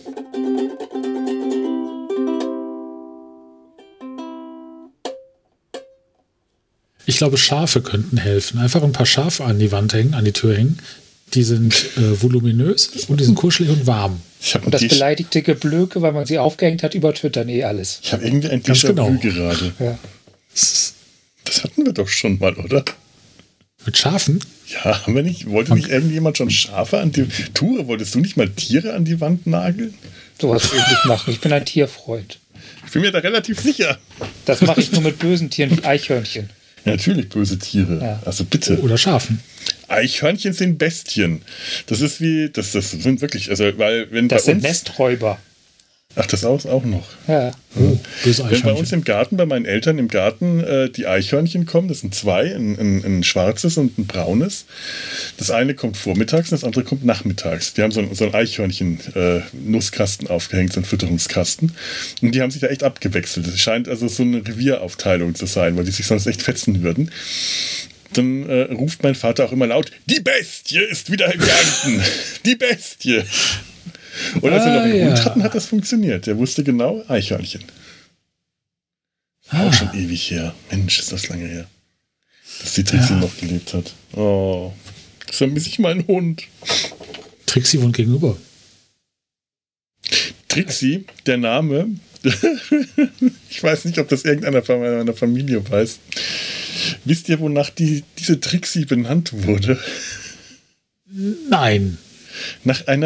Ich glaube, Schafe könnten helfen. Einfach ein paar Schafe an die Wand hängen, an die Tür hängen. Die sind voluminös und die sind kuschelig und warm. Und das beleidigte Geblöke, weil man sie aufgehängt hat, übertwittern alles. Ich habe irgendwie ein Déjà-vu gerade. Ja. Das hatten wir doch schon mal, oder? Mit Schafen? Ja, wollte nicht irgendjemand schon Schafe an die... Ture, wolltest du nicht mal Tiere an die Wand nageln? Sowas will ich nicht machen. Ich bin ein Tierfreund. Ich bin mir da relativ sicher. Das mache ich nur mit bösen Tieren wie Eichhörnchen. Ja, natürlich böse Tiere. Ja. Also bitte. Oder Schafen. Eichhörnchen sind Bestien. Das ist wie... Das sind wirklich... Also, weil wenn das sind Nesträuber. Ach, das auch noch. Ja. Oh, wenn bei uns im Garten, bei meinen Eltern im Garten, die Eichhörnchen kommen, das sind zwei, ein schwarzes und ein braunes. Das eine kommt vormittags und das andere kommt nachmittags. Die haben so ein Eichhörnchen-Nusskasten aufgehängt, so einen Fütterungskasten. Und die haben sich da echt abgewechselt. Das scheint also so eine Revieraufteilung zu sein, weil die sich sonst echt fetzen würden. Dann ruft mein Vater auch immer laut, die Bestie ist wieder im Garten. Die Bestie. Und als wir noch einen Hund hatten, hat das funktioniert. Der wusste genau, Eichhörnchen. Auch schon ewig her. Mensch, ist das lange her. Dass die Trixie noch gelebt hat. Oh, das vermisse ich meinen Hund. Trixie wohnt gegenüber. Trixie, der Name, ich weiß nicht, ob das irgendeiner von meiner Familie weiß. Wisst ihr, wonach diese Trixie benannt wurde? Nein. Nach einer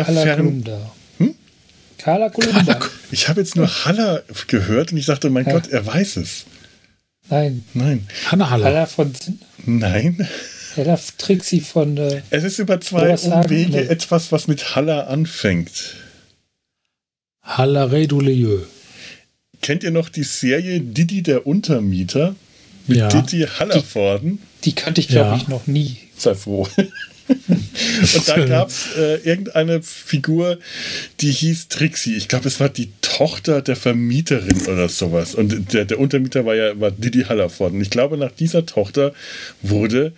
Carla Kolumna. Ich habe jetzt nur Halla gehört und ich dachte, mein Gott, er weiß es. Nein. Hanna Haller. Halla von... Nein. Hella Trixie von... es ist über zwei Umwege etwas, was mit Halla anfängt. Hallaré du Lieu. Kennt ihr noch die Serie Didi der Untermieter? Mit Didi Hallervorden? Die kannte ich, glaube ich, noch nie. Sei froh. Und da gab es irgendeine Figur, die hieß Trixie. Ich glaube, es war die Tochter der Vermieterin oder sowas. Und der Untermieter war Didi Hallervorden. Ich glaube, nach dieser Tochter wurde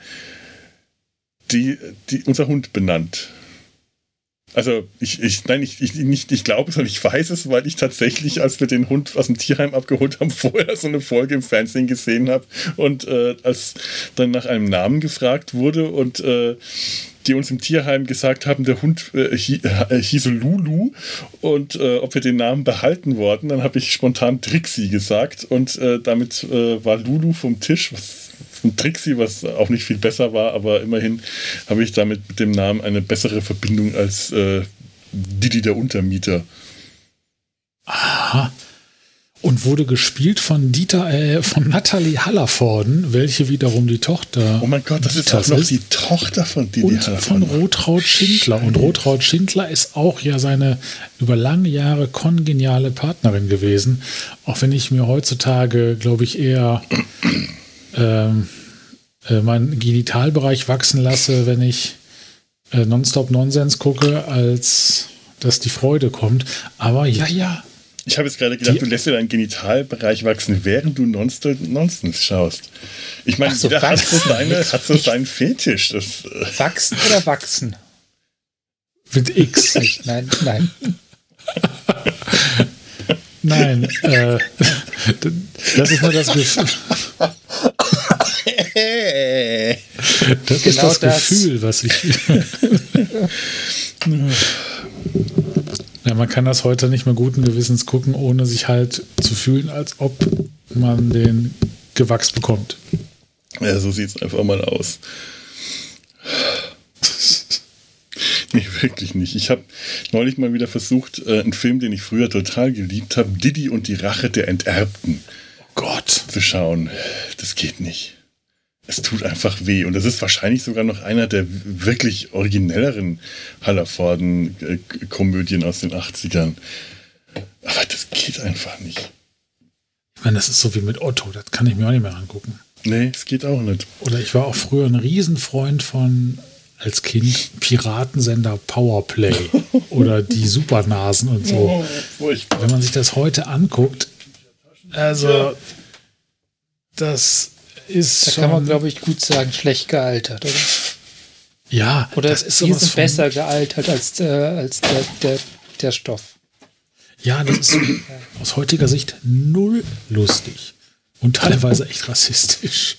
unser Hund benannt. Also ich glaube es und ich weiß es, weil ich tatsächlich, als wir den Hund aus dem Tierheim abgeholt haben, vorher so eine Folge im Fernsehen gesehen habe und als dann nach einem Namen gefragt wurde und die uns im Tierheim gesagt haben, der Hund hieße Lulu und ob wir den Namen behalten wollten, dann habe ich spontan Trixie gesagt und damit war Lulu vom Tisch, von Trixie, was auch nicht viel besser war, aber immerhin habe ich damit mit dem Namen eine bessere Verbindung als Didi der Untermieter. Aha. Und wurde gespielt von Natalie Hallervorden, welche wiederum die Tochter. Oh mein Gott, das ist auch noch die Tochter von Didi Hallervorden. Und von Rotraud Schindler. Und Rotraud Schindler ist auch ja seine über lange Jahre kongeniale Partnerin gewesen. Auch wenn ich mir heutzutage, glaube ich, eher meinen Genitalbereich wachsen lasse, wenn ich Nonstop-Nonsens gucke, als dass die Freude kommt. Aber ja. Ich habe jetzt gerade gedacht, du lässt dir deinen Genitalbereich wachsen, während du Nonstop-Nonsens schaust. Ich meine, jeder hat so seinen Fetisch. Wachsen oder wachsen? Mit X. Nein. Nein, das ist nur das Gefühl. Das ist das Gefühl, was ich... Ja, man kann das heute nicht mehr guten Gewissens gucken, ohne sich halt zu fühlen, als ob man den Gewachs bekommt. Ja, so sieht es einfach mal aus. Nee, wirklich nicht. Ich habe neulich mal wieder versucht, einen Film, den ich früher total geliebt habe, Didi und die Rache der Enterbten, zu schauen. Das geht nicht. Es tut einfach weh. Und das ist wahrscheinlich sogar noch einer der wirklich originelleren Hallervorden-Komödien aus den 80ern. Aber das geht einfach nicht. Ich meine, das ist so wie mit Otto. Das kann ich mir auch nicht mehr angucken. Nee, das geht auch nicht. Oder ich war auch früher ein Riesenfreund von, als Kind, Piratensender Powerplay oder die Supernasen und so. Wenn man sich das heute anguckt, also das ist da schon... kann man, glaube ich, gut sagen, schlecht gealtert, oder? Ja. Oder das ist sowas besser gealtert als der Stoff. Ja, das ist aus heutiger Sicht null lustig. Und teilweise echt rassistisch.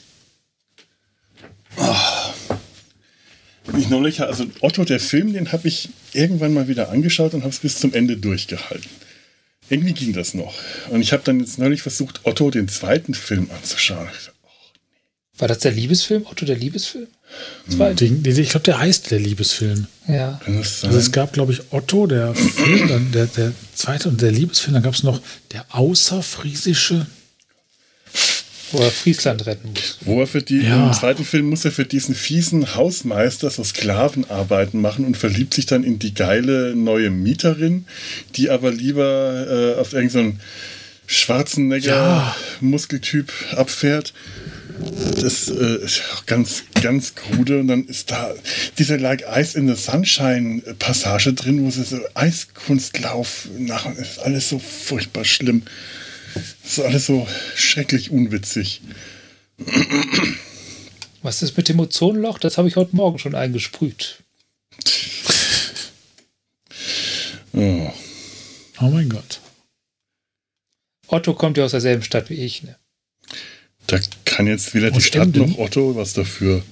Also Otto, der Film, den habe ich irgendwann mal wieder angeschaut und habe es bis zum Ende durchgehalten. Irgendwie ging das noch. Und ich habe dann jetzt neulich versucht, Otto den zweiten Film anzuschauen. War das der Liebesfilm? Otto der Liebesfilm? Ich glaube, der heißt der Liebesfilm. Ja. Also es gab, glaube ich, Otto, der Film, dann der zweite und der Liebesfilm. Dann gab es noch der außerfriesische. Wo er Friesland retten muss. Wo er im zweiten Film muss er für diesen fiesen Hausmeister so Sklavenarbeiten machen und verliebt sich dann in die geile neue Mieterin, die aber lieber auf irgendeinen Schwarzenegger-Muskeltyp abfährt. Das ist ganz, ganz krude. Und dann ist da diese Like Ice in the Sunshine-Passage drin, wo sie so Eiskunstlauf machen. Das ist alles so furchtbar schlimm. Das ist alles so schrecklich unwitzig. Was ist mit dem Ozonloch? Das habe ich heute Morgen schon eingesprüht. Oh mein Gott. Otto kommt ja aus derselben Stadt wie ich, ne? Da kann jetzt weder die Stadt noch Otto was dafür.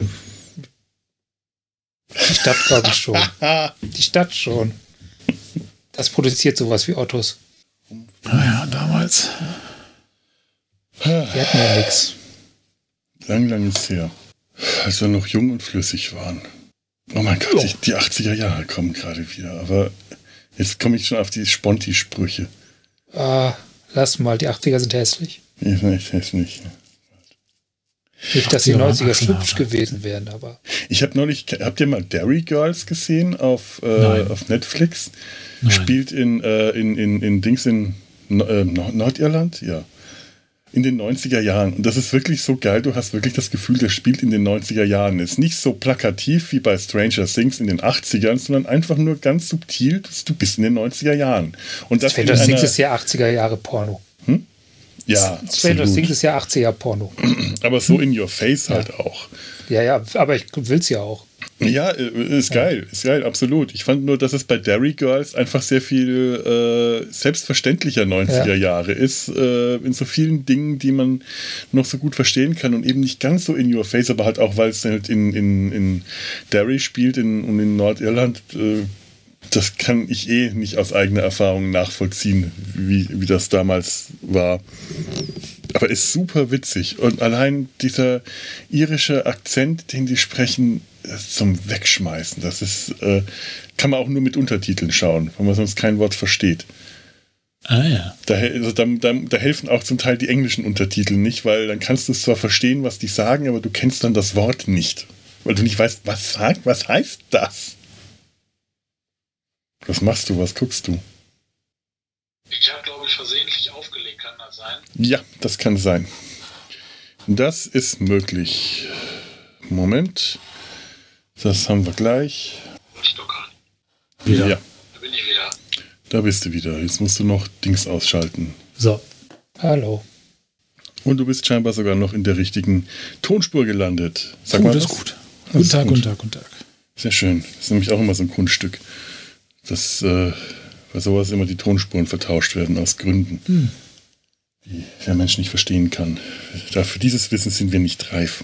Die Stadt, glaube ich, schon. Die Stadt schon. Das produziert sowas wie Ottos. Naja, damals. Wir hatten ja nichts. Lang ist her. Als wir noch jung und flüssig waren. Oh mein Gott, die 80er Jahre kommen gerade wieder. Aber jetzt komme ich schon auf die Sponti-Sprüche. Lass mal, die 80er sind hässlich. Ich weiß nicht. Nicht, dass die 90er hübsch gewesen wären, aber... Ich habe neulich... Habt ihr mal Derry Girls gesehen auf Netflix? Nein. Spielt in Dings in Nordirland? Ja. In den 90er Jahren. Und das ist wirklich so geil. Du hast wirklich das Gefühl, das spielt in den 90er Jahren. Ist nicht so plakativ wie bei Stranger Things in den 80ern, sondern einfach nur ganz subtil. Du bist in den 90er Jahren. Und das Stranger Things ist ja 80er Jahre Porno. Ja, Stranger Things ist ja 80er Porno. Aber so in your face halt auch. Ja, aber ich will's ja auch. Ja, ist geil, absolut. Ich fand nur, dass es bei Derry Girls einfach sehr viel selbstverständlicher 90er Jahre ist, in so vielen Dingen, die man noch so gut verstehen kann und eben nicht ganz so in your face, aber halt auch, weil es halt in Derry spielt und in Nordirland, das kann ich nicht aus eigener Erfahrung nachvollziehen, wie das damals war. Aber ist super witzig. Und allein dieser irische Akzent, den die sprechen, zum Wegschmeißen. Das ist, kann man auch nur mit Untertiteln schauen, weil man sonst kein Wort versteht. Ah ja. Da helfen auch zum Teil die englischen Untertitel nicht, weil dann kannst du zwar verstehen, was die sagen, aber du kennst dann das Wort nicht. Weil du nicht weißt, was heißt das? Was machst du? Was guckst du? Ich habe, glaube ich, versehentlich aufgelegt. Kann das sein? Ja, das kann sein. Das ist möglich. Moment. Das haben wir gleich. Wieder. Ja. Da bin ich wieder. Da bist du wieder. Jetzt musst du noch Dings ausschalten. So. Hallo. Und du bist scheinbar sogar noch in der richtigen Tonspur gelandet. Sag mal, das ist gut. Guten Tag. Sehr schön. Das ist nämlich auch immer so ein Grundstück, dass bei sowas immer die Tonspuren vertauscht werden aus Gründen, die der Mensch nicht verstehen kann. Für dieses Wissen sind wir nicht reif.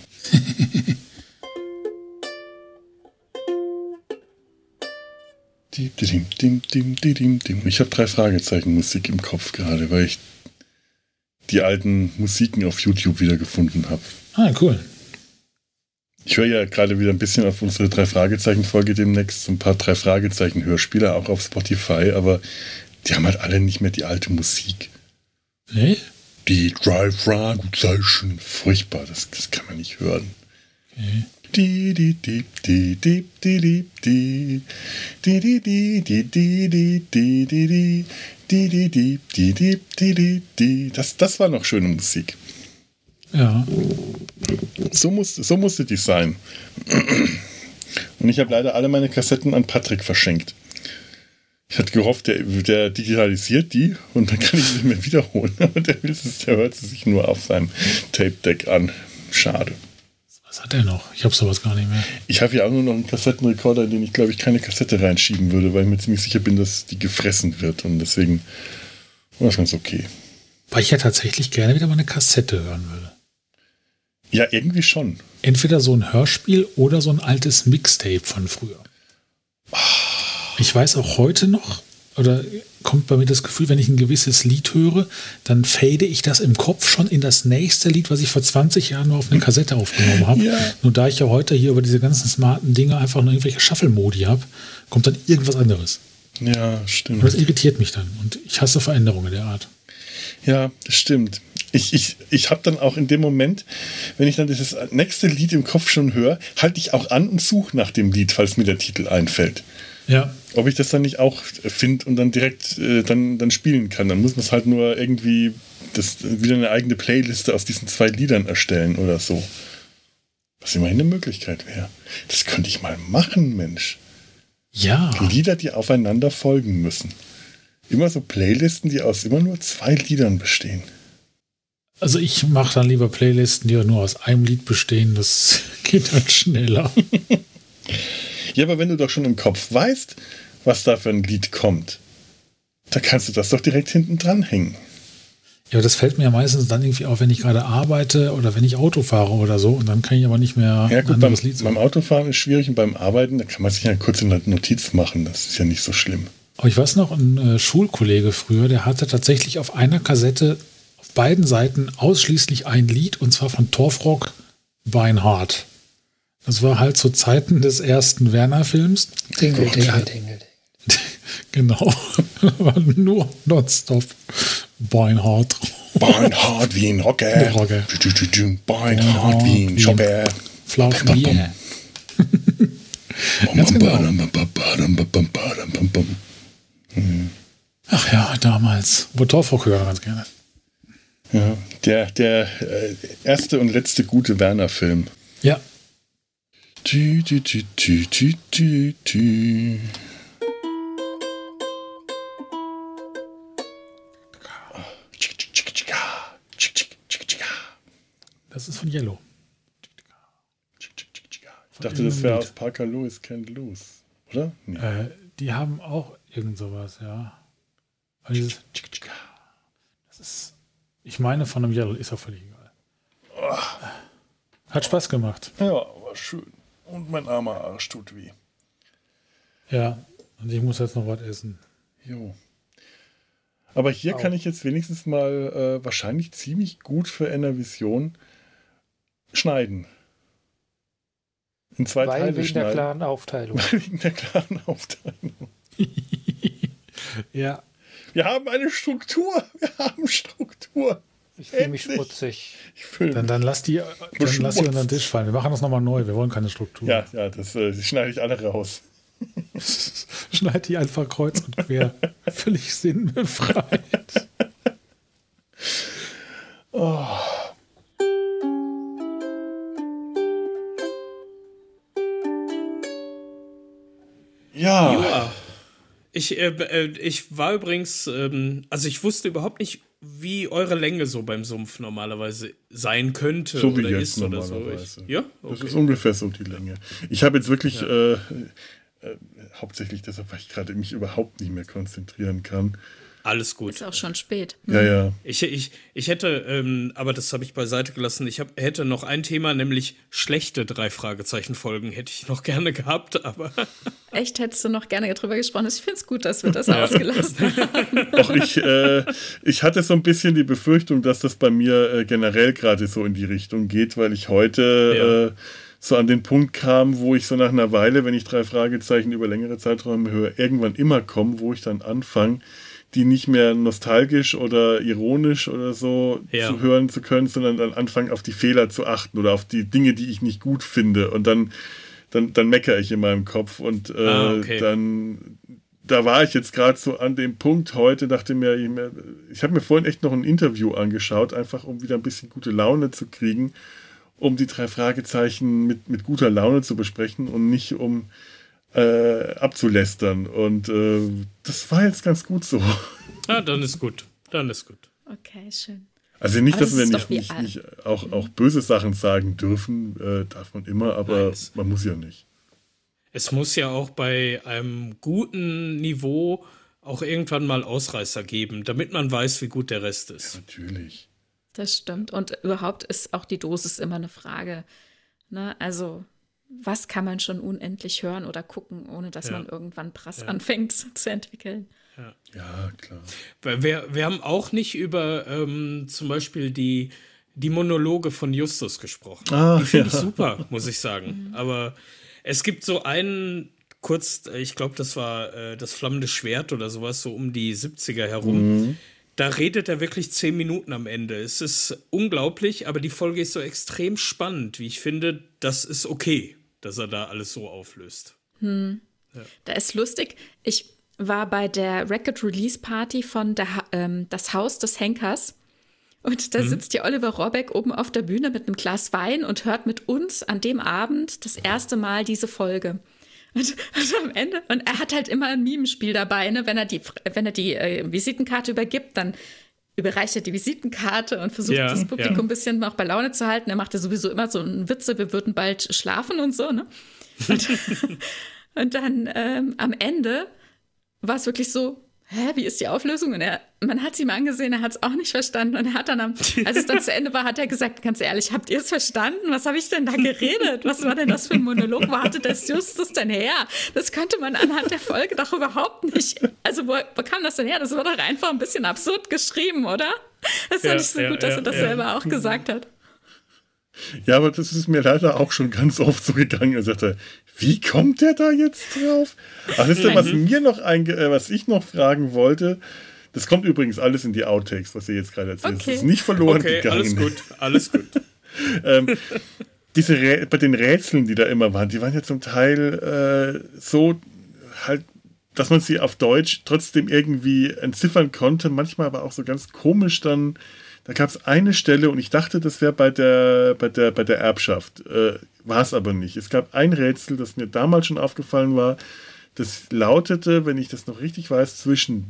Ich habe 3 Fragezeichen Musik im Kopf gerade, weil ich die alten Musiken auf YouTube wiedergefunden habe. Ah, cool. Ich höre ja gerade wieder ein bisschen auf unsere 3 Fragezeichen-Folge demnächst, so ein paar 3 Fragezeichen-Hörspiele, auch auf Spotify, aber die haben halt alle nicht mehr die alte Musik. Nee? Die 3 Fragezeichen, furchtbar, das kann man nicht hören. Okay. Das war noch schöne Musik. Ja. So musste die sein. Und ich habe leider alle meine Kassetten an Patrick verschenkt. Ich hatte gehofft, der digitalisiert die und dann kann ich sie nicht mehr wiederholen. Aber der hört sie sich nur auf seinem Tape-Deck an. Schade. Was hat er noch? Ich habe sowas gar nicht mehr. Ich habe ja auch nur noch einen Kassettenrekorder, in den ich, glaube ich, keine Kassette reinschieben würde, weil ich mir ziemlich sicher bin, dass die gefressen wird. Und deswegen war das ganz okay. Weil ich ja tatsächlich gerne wieder mal eine Kassette hören würde. Ja, irgendwie schon. Entweder so ein Hörspiel oder so ein altes Mixtape von früher. Ich weiß auch heute noch, oder kommt bei mir das Gefühl, wenn ich ein gewisses Lied höre, dann fade ich das im Kopf schon in das nächste Lied, was ich vor 20 Jahren nur auf eine Kassette aufgenommen habe. Ja. Nur da ich ja heute hier über diese ganzen smarten Dinge einfach nur irgendwelche Shuffle-Modi habe, kommt dann irgendwas anderes. Ja, stimmt. Und das irritiert mich dann. Und ich hasse Veränderungen der Art. Ja, das stimmt. Ich habe dann auch in dem Moment, wenn ich dann dieses nächste Lied im Kopf schon höre, halte ich auch an und suche nach dem Lied, falls mir der Titel einfällt. Ja. Ob ich das dann nicht auch finde und dann direkt dann spielen kann. Dann muss man es halt nur irgendwie wieder eine eigene Playliste aus diesen 2 Liedern erstellen oder so. Was immerhin eine Möglichkeit wäre. Das könnte ich mal machen, Mensch. Ja. Lieder, die aufeinander folgen müssen. Immer so Playlisten, die aus immer nur 2 Liedern bestehen. Also ich mache dann lieber Playlisten, die nur aus einem Lied bestehen. Das geht dann schneller. Ja, aber wenn du doch schon im Kopf weißt, was da für ein Lied kommt, da kannst du das doch direkt hinten dran hängen. Ja, aber das fällt mir ja meistens dann irgendwie auf, wenn ich gerade arbeite oder wenn ich Auto fahre oder so. Und dann kann ich aber nicht mehr ein anderes Lied sagen. Beim Autofahren ist schwierig und beim Arbeiten, da kann man sich ja kurz eine Notiz machen. Das ist ja nicht so schlimm. Aber ich weiß noch, ein Schulkollege früher, der hatte tatsächlich auf einer Kassette auf beiden Seiten ausschließlich ein Lied, und zwar von Torfrock, Beinhard. Das war halt zu Zeiten des ersten Werner-Films. Dingle. Genau. War nur nonstop Beinhard. Beinhard wie ein Rocker. Beinhard wie ein Schopper. Flauschbier. Ganz genau. Ach ja, damals. Wo Torfrock hören ganz gerne. Ja, der erste und letzte gute Werner-Film. Ja. Das ist von Yellow. Ich dachte, das wäre aus Parker Lewis Can't Lose, oder? Nee. Die haben auch irgend sowas, ja. Das ist, ich meine, von einem Yellow, ist auch völlig egal. Hat Spaß gemacht. Ja, war schön. Und mein armer Arsch tut weh. Ja, und ich muss jetzt noch was essen. Jo. Aber hier kann ich jetzt wenigstens mal wahrscheinlich ziemlich gut für Enervision schneiden. In 2 Teile wegen schneiden. Der klaren Aufteilung. Wegen der klaren Aufteilung. Ja. Wir haben eine Struktur. Wir haben Struktur. Ich fühle mich schmutzig. Dann lass die unter den Tisch fallen. Wir machen das nochmal neu. Wir wollen keine Struktur. Ja, das schneide ich alle raus. Schneid die einfach kreuz und quer. Völlig sinnbefreit. Oh. Ja. Ich war übrigens, also ich wusste überhaupt nicht, wie eure Länge so beim Sumpf normalerweise sein könnte so wie oder jetzt ist oder so. Ja? Okay. Das ist ungefähr so die Länge. Ich habe jetzt wirklich hauptsächlich deshalb, weil ich gerade mich überhaupt nicht mehr konzentrieren kann. Alles gut. Ist auch schon spät. Ja. Ich hätte, aber das habe ich beiseite gelassen, hätte noch ein Thema, nämlich schlechte 3-Fragezeichen-Folgen hätte ich noch gerne gehabt, aber... Echt, hättest du noch gerne drüber gesprochen? Ich finde es gut, dass wir das ausgelassen haben. Doch, ich hatte so ein bisschen die Befürchtung, dass das bei mir generell gerade so in die Richtung geht, weil ich heute so an den Punkt kam, wo ich so nach einer Weile, wenn ich 3 Fragezeichen über längere Zeiträume höre, irgendwann immer komme, wo ich dann anfange, die nicht mehr nostalgisch oder ironisch oder so zu hören zu können, sondern dann anfangen, auf die Fehler zu achten oder auf die Dinge, die ich nicht gut finde. Und dann meckere ich in meinem Kopf. Und dann, da war ich jetzt gerade so an dem Punkt heute, dachte mir, ich habe mir vorhin echt noch ein Interview angeschaut, einfach um wieder ein bisschen gute Laune zu kriegen, um die 3 Fragezeichen mit guter Laune zu besprechen und nicht um abzulästern. Und das war jetzt ganz gut so. Ja, dann ist gut. Okay, schön. Also nicht, dass wir nicht auch böse Sachen sagen dürfen, darf man immer, aber man muss ja nicht. Es muss ja auch bei einem guten Niveau auch irgendwann mal Ausreißer geben, damit man weiß, wie gut der Rest ist. Ja, natürlich. Das stimmt. Und überhaupt ist auch die Dosis immer eine Frage. Ne? Also was kann man schon unendlich hören oder gucken, ohne dass man irgendwann Prass anfängt zu entwickeln. Ja, klar. Wir haben auch nicht über zum Beispiel die Monologe von Justus gesprochen. Die finde ich super, muss ich sagen. Aber es gibt so einen ich glaube, das war das flammende Schwert oder sowas, so um die 70er herum. Da redet er wirklich 10 Minuten am Ende. Es ist unglaublich, aber die Folge ist so extrem spannend, wie ich finde. Das ist okay, dass er da alles so auflöst. Ja. Da ist lustig. Ich war bei der Record Release Party von Das Haus des Henkers. Und da sitzt ja Oliver Rohrbeck oben auf der Bühne mit einem Glas Wein und hört mit uns an dem Abend das erste Mal diese Folge. Und am Ende, und er hat halt immer ein Mimenspiel dabei, ne? Wenn er die Visitenkarte übergibt, dann überreicht er die Visitenkarte und versucht das Publikum ein bisschen noch bei Laune zu halten. Er macht ja sowieso immer so einen Witze, wir würden bald schlafen und so, ne? Und dann am Ende war es wirklich so, wie ist die Auflösung? Und man hat es ihm angesehen, er hat es auch nicht verstanden. Und er hat dann, als es dann zu Ende war, hat er gesagt, ganz ehrlich, habt ihr es verstanden? Was habe ich denn da geredet? Was war denn das für ein Monolog? Wo hatte das Justus denn her? Das könnte man anhand der Folge doch überhaupt nicht. Also wo kam das denn her? Das war doch einfach ein bisschen absurd geschrieben, oder? Das fand ich so gut, dass er das selber auch gesagt hat. Ja, aber das ist mir leider auch schon ganz oft so gegangen. Er sagte, wie kommt der da jetzt drauf? Ach, wisst ihr, was ich noch fragen wollte? Das kommt übrigens alles in die Outtakes, was ihr jetzt gerade erzählt. Okay. Das ist nicht verloren gegangen. Alles gut. Bei den Rätseln, die da immer waren, die waren ja zum Teil so halt, dass man sie auf Deutsch trotzdem irgendwie entziffern konnte, manchmal aber auch so ganz komisch dann. Da gab es eine Stelle und ich dachte, das wäre bei der Erbschaft. War es aber nicht. Es gab ein Rätsel, das mir damals schon aufgefallen war. Das lautete, wenn ich das noch richtig weiß, zwischen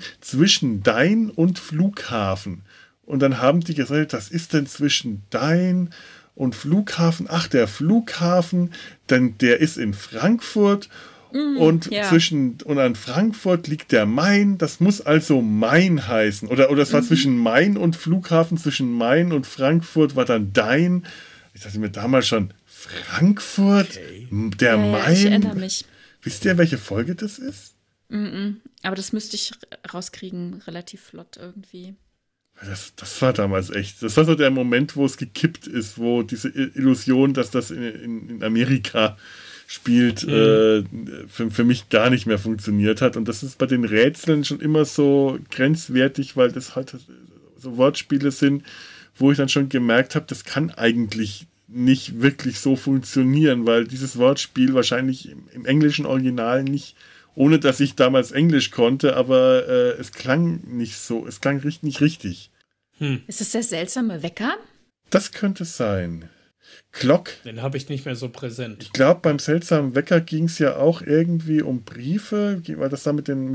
Dein und Flughafen. Und dann haben die gesagt, was ist denn zwischen Dein und Flughafen? Ach, der Flughafen, denn der ist in Frankfurt. Und an Frankfurt liegt der Main, das muss also Main heißen. Oder es war zwischen Main und Flughafen, zwischen Main und Frankfurt war dann Dein. Ich dachte mir damals schon, Frankfurt? Der Main? Ich erinnere mich. Wisst ihr, welche Folge das ist? Aber das müsste ich rauskriegen, relativ flott irgendwie. Das war damals echt. Das war so der Moment, wo es gekippt ist, wo diese Illusion, dass das in Amerika spielt, für mich gar nicht mehr funktioniert hat. Und das ist bei den Rätseln schon immer so grenzwertig, weil das halt so Wortspiele sind, wo ich dann schon gemerkt habe, das kann eigentlich nicht wirklich so funktionieren, weil dieses Wortspiel wahrscheinlich im englischen Original nicht, ohne dass ich damals Englisch konnte, aber es klang nicht so, es klang nicht richtig. Ist es der seltsame Wecker? Das könnte sein. Clock. Den habe ich nicht mehr so präsent. Ich glaube, beim seltsamen Wecker ging es ja auch irgendwie um Briefe. War das da mit dem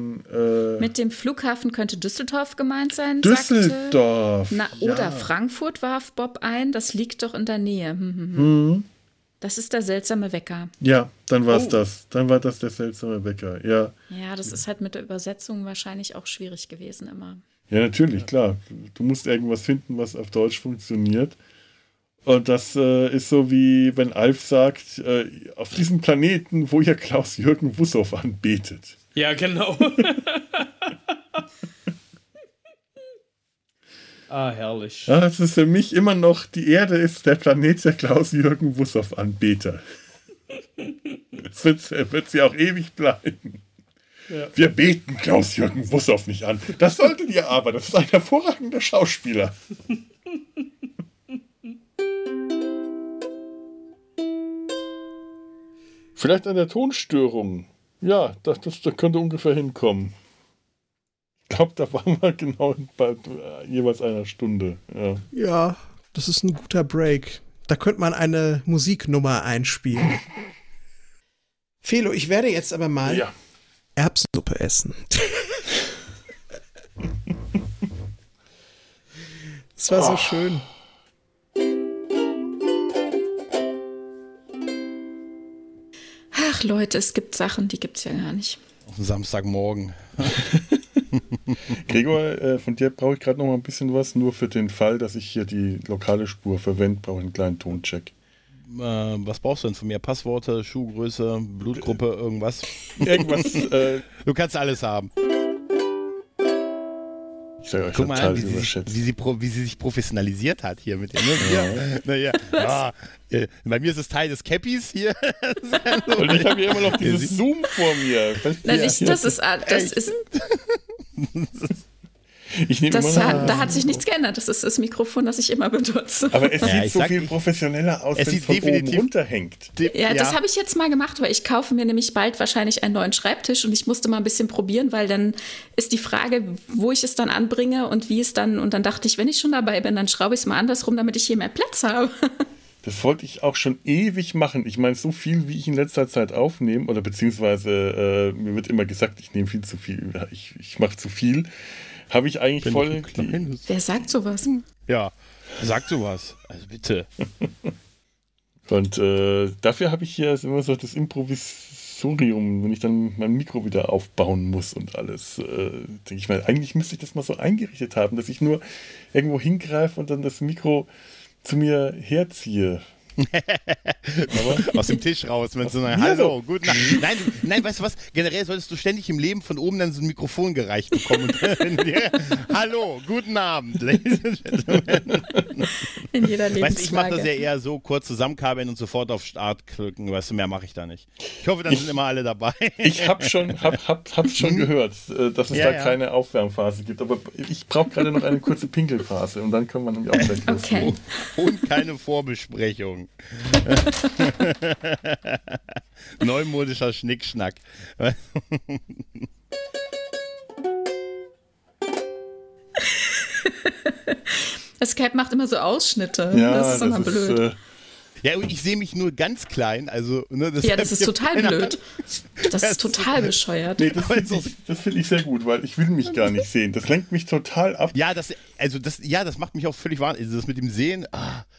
Flughafen könnte Düsseldorf gemeint sein? Düsseldorf. Oder Frankfurt warf Bob ein. Das liegt doch in der Nähe. Das ist der seltsame Wecker. Ja, dann war es das. Dann war das der seltsame Wecker, ja. Ja, das ist halt mit der Übersetzung wahrscheinlich auch schwierig gewesen immer. Ja, natürlich, klar. Du musst irgendwas finden, was auf Deutsch funktioniert. Und das ist so wie, wenn Alf sagt, auf diesem Planeten, wo ihr Klaus-Jürgen Wussow anbetet. Ja, genau. Herrlich. Ja, das ist für mich immer noch, die Erde ist der Planet der Klaus-Jürgen Wussow-Anbeter. Das wird sie auch ewig bleiben. Ja. Wir beten Klaus-Jürgen Wussow nicht an. Das solltet ihr aber, das ist ein hervorragender Schauspieler. Vielleicht an der Tonstörung. Ja, das könnte ungefähr hinkommen. Ich glaube, da waren wir genau bei jeweils einer Stunde. Ja, das ist ein guter Break. Da könnte man eine Musiknummer einspielen. Felo, ich werde jetzt aber mal Erbsensuppe essen. Das war so schön. Ach Leute, es gibt Sachen, die gibt's ja gar nicht. Samstagmorgen. Gregor, von dir brauche ich gerade noch mal ein bisschen was, nur für den Fall, dass ich hier die lokale Spur verwende, brauche ich einen kleinen Toncheck. Was brauchst du denn von mir? Passworte, Schuhgröße, Blutgruppe, irgendwas? Irgendwas. Du kannst alles haben. Ich sage euch, Guck mal an, überschätzt. wie sie sich professionalisiert hat hier mit dem. Bei mir ist es Teil des Cappies hier. Und ich habe hier immer noch dieses Zoom vor mir. Da hat sich nichts geändert. Das ist das Mikrofon, das ich immer benutze. Aber es sieht so viel professioneller aus, wenn es von oben runterhängt. Das habe ich jetzt mal gemacht, weil ich kaufe mir nämlich bald wahrscheinlich einen neuen Schreibtisch und ich musste mal ein bisschen probieren, weil dann ist die Frage, wo ich es dann anbringe und wie es dann, und dann dachte ich, wenn ich schon dabei bin, dann schraube ich es mal andersrum, damit ich hier mehr Platz habe. Das wollte ich auch schon ewig machen. Ich meine, so viel, wie ich in letzter Zeit aufnehme, oder beziehungsweise mir wird immer gesagt, ich nehme viel zu viel, ich mache zu viel. Habe ich eigentlich voll... Wer sagt sowas? Ja, sagt sowas. Also bitte. Und dafür habe ich hier immer so das Improvisorium, wenn ich dann mein Mikro wieder aufbauen muss und alles. Denke ich mal, eigentlich müsste ich das mal so eingerichtet haben, dass ich nur irgendwo hingreife und dann das Mikro zu mir herziehe. Aus dem Tisch raus mit so einer Hallo, guten Nacht. Nein, weißt du was? Generell solltest du ständig im Leben von oben dann so ein Mikrofon gereicht bekommen. Hallo, guten Abend, ladies and gentlemen. In jeder Lebenslage. Weißt du, ich mache das ja eher so, kurz zusammenkabeln und sofort auf Start klicken. Weißt du, mehr mache ich da nicht. Ich hoffe, dann sind immer alle dabei. Ich hab's schon gehört, dass es da keine Aufwärmphase gibt. Aber ich brauche gerade noch eine kurze Pinkelphase und dann können wir nämlich auch gleich loslegen. Und keine Vorbesprechung. Neumodischer Schnickschnack. Skype macht immer so Ausschnitte. Ja, das ist immer blöd. Ja, und ich sehe mich nur ganz klein. Also, ne, das ist total blöd. Das ist total bescheuert. Nee, das finde ich sehr gut, weil ich will mich gar nicht sehen. Das lenkt mich total ab. Ja, das macht mich auch völlig wahnsinnig. Das mit dem Sehen...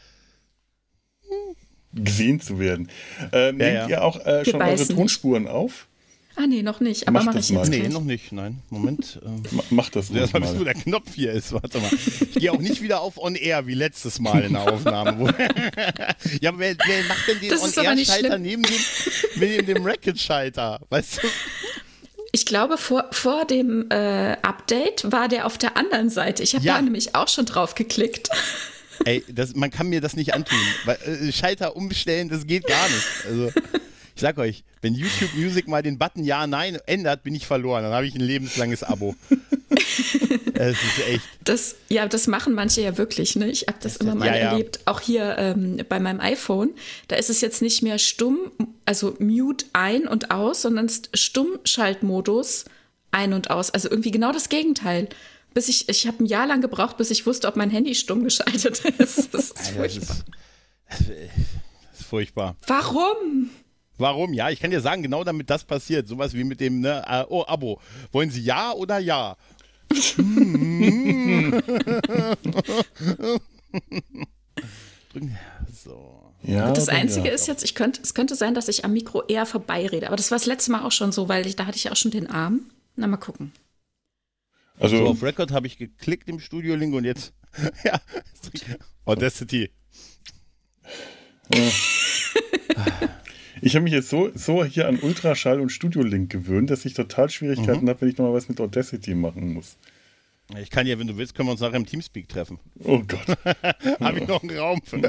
gesehen zu werden. Nehmt ihr auch schon eure Tonspuren auf? Nee, noch nicht. Aber mache ich jetzt Nee, noch nicht. Nein, Moment. Mach das ruhig mal. Bis wo der Knopf hier ist. Warte mal. Ich gehe auch nicht wieder auf On-Air wie letztes Mal in der Aufnahme. Ja, aber wer macht denn den On-Air-Schalter neben dem Racket-Schalter? Weißt du? Ich glaube, vor dem Update war der auf der anderen Seite. Ich habe da nämlich auch schon drauf geklickt. Ey, man kann mir das nicht antun. Weil, Schalter umstellen, das geht gar nicht. Also, ich sag euch, wenn YouTube Music mal den Button Ja, Nein ändert, bin ich verloren. Dann habe ich ein lebenslanges Abo. Das ist echt. Das machen manche ja wirklich, ne? Ich habe das immer mal erlebt. Auch hier bei meinem iPhone. Da ist es jetzt nicht mehr stumm, also Mute ein und aus, sondern Stummschaltmodus ein und aus. Also irgendwie genau das Gegenteil. Ich habe ein Jahr lang gebraucht, bis ich wusste, ob mein Handy stumm geschaltet ist. Das ist furchtbar. Das ist furchtbar. Warum? Ja, ich kann dir sagen, genau damit das passiert. Sowas wie mit dem, Abo. Wollen Sie ja oder ja? So. Ja, das Einzige ist jetzt, es könnte sein, dass ich am Mikro eher vorbeirede. Aber das war das letzte Mal auch schon so, weil da hatte ich auch schon den Arm. Na, mal gucken. Also so auf Record habe ich geklickt im Studio-Link und jetzt Audacity. Ja. Ich habe mich jetzt so hier an Ultraschall und Studio-Link gewöhnt, dass ich total Schwierigkeiten habe, wenn ich nochmal was mit Audacity machen muss. Ich kann ja, wenn du willst, können wir uns nachher im Teamspeak treffen. Oh Gott. Habe ich noch einen Raum für.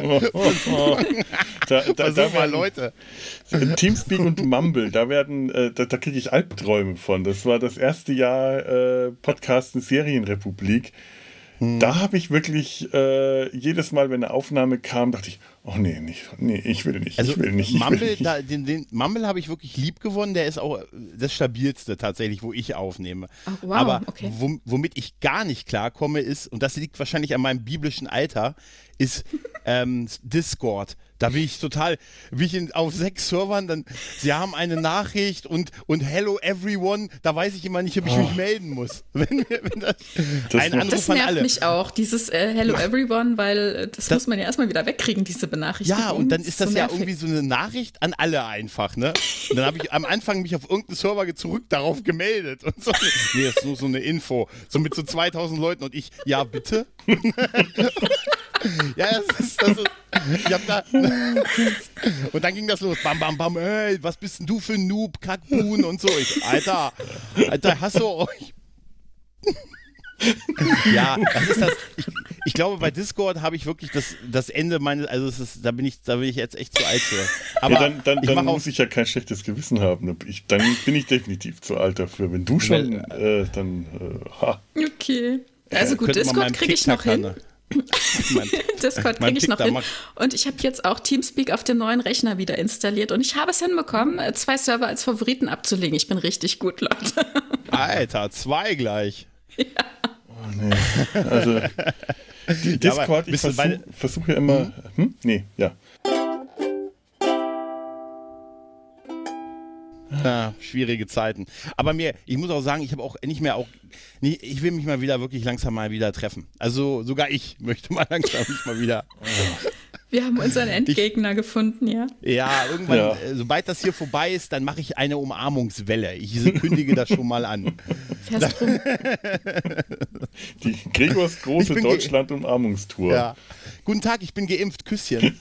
Da mal Leute. Teamspeak und Mumble, da kriege ich Albträume von. Das war das erste Jahr Podcasten Serienrepublik. Da habe ich wirklich jedes Mal, wenn eine Aufnahme kam, dachte ich, oh nee, ich will nicht. Also ich will nicht. Mumble, den Mumble habe ich wirklich lieb gewonnen. Der ist auch das stabilste tatsächlich, wo ich aufnehme. Oh, wow, aber okay. Womit ich gar nicht klarkomme ist, und das liegt wahrscheinlich an meinem biblischen Alter, ist Discord. Da bin ich auf 6 Servern, sie haben eine Nachricht und hello everyone, da weiß ich immer nicht, ob ich mich melden muss. Wenn das nervt mich auch, dieses hello everyone, weil das muss man ja erstmal wieder wegkriegen, diese Benachrichtigung. Ja, und dann ist das so ja irgendwie so eine Nachricht an alle einfach, ne? Und dann habe ich am Anfang mich auf irgendeinen Server zurück darauf gemeldet und so. Nee, das ist nur so eine Info. So mit so 2000 Leuten und ich, ja, bitte? Ja, das ist ich hab da und dann ging das los, bam, bam, bam, ey, was bist denn du für ein Noob, Kackbuhn und so. Ich, Alter, hast du euch? Ja, das ist das. Ich glaube, bei Discord habe ich wirklich das Ende meines, also da bin ich jetzt echt zu alt für. Aber ja, dann muss ich ja kein schlechtes Gewissen haben. Dann bin ich definitiv zu alt dafür. Wenn du schon, Okay. Also gut, Discord kriege ich noch hin. Discord kriege ich noch hin. Und ich habe jetzt auch Teamspeak auf dem neuen Rechner wieder installiert. Und ich habe es hinbekommen, 2 Server als Favoriten abzulegen. Ich bin richtig gut, Leute. Alter, 2 gleich. Ja. Oh, nee. Also, die Discord, ich versuche ja immer... Ja, schwierige Zeiten. Aber ich muss auch sagen, ich will mich mal wieder wirklich langsam mal wieder treffen. Also sogar ich möchte mal langsam mich mal wieder. Wir haben unseren Endgegner gefunden, ja. Ja, irgendwann, sobald das hier vorbei ist, dann mache ich eine Umarmungswelle. Ich kündige das schon mal an. Fährst rum. Die Gregors große Deutschland-Umarmungstour. Ja. Guten Tag, ich bin geimpft. Küsschen.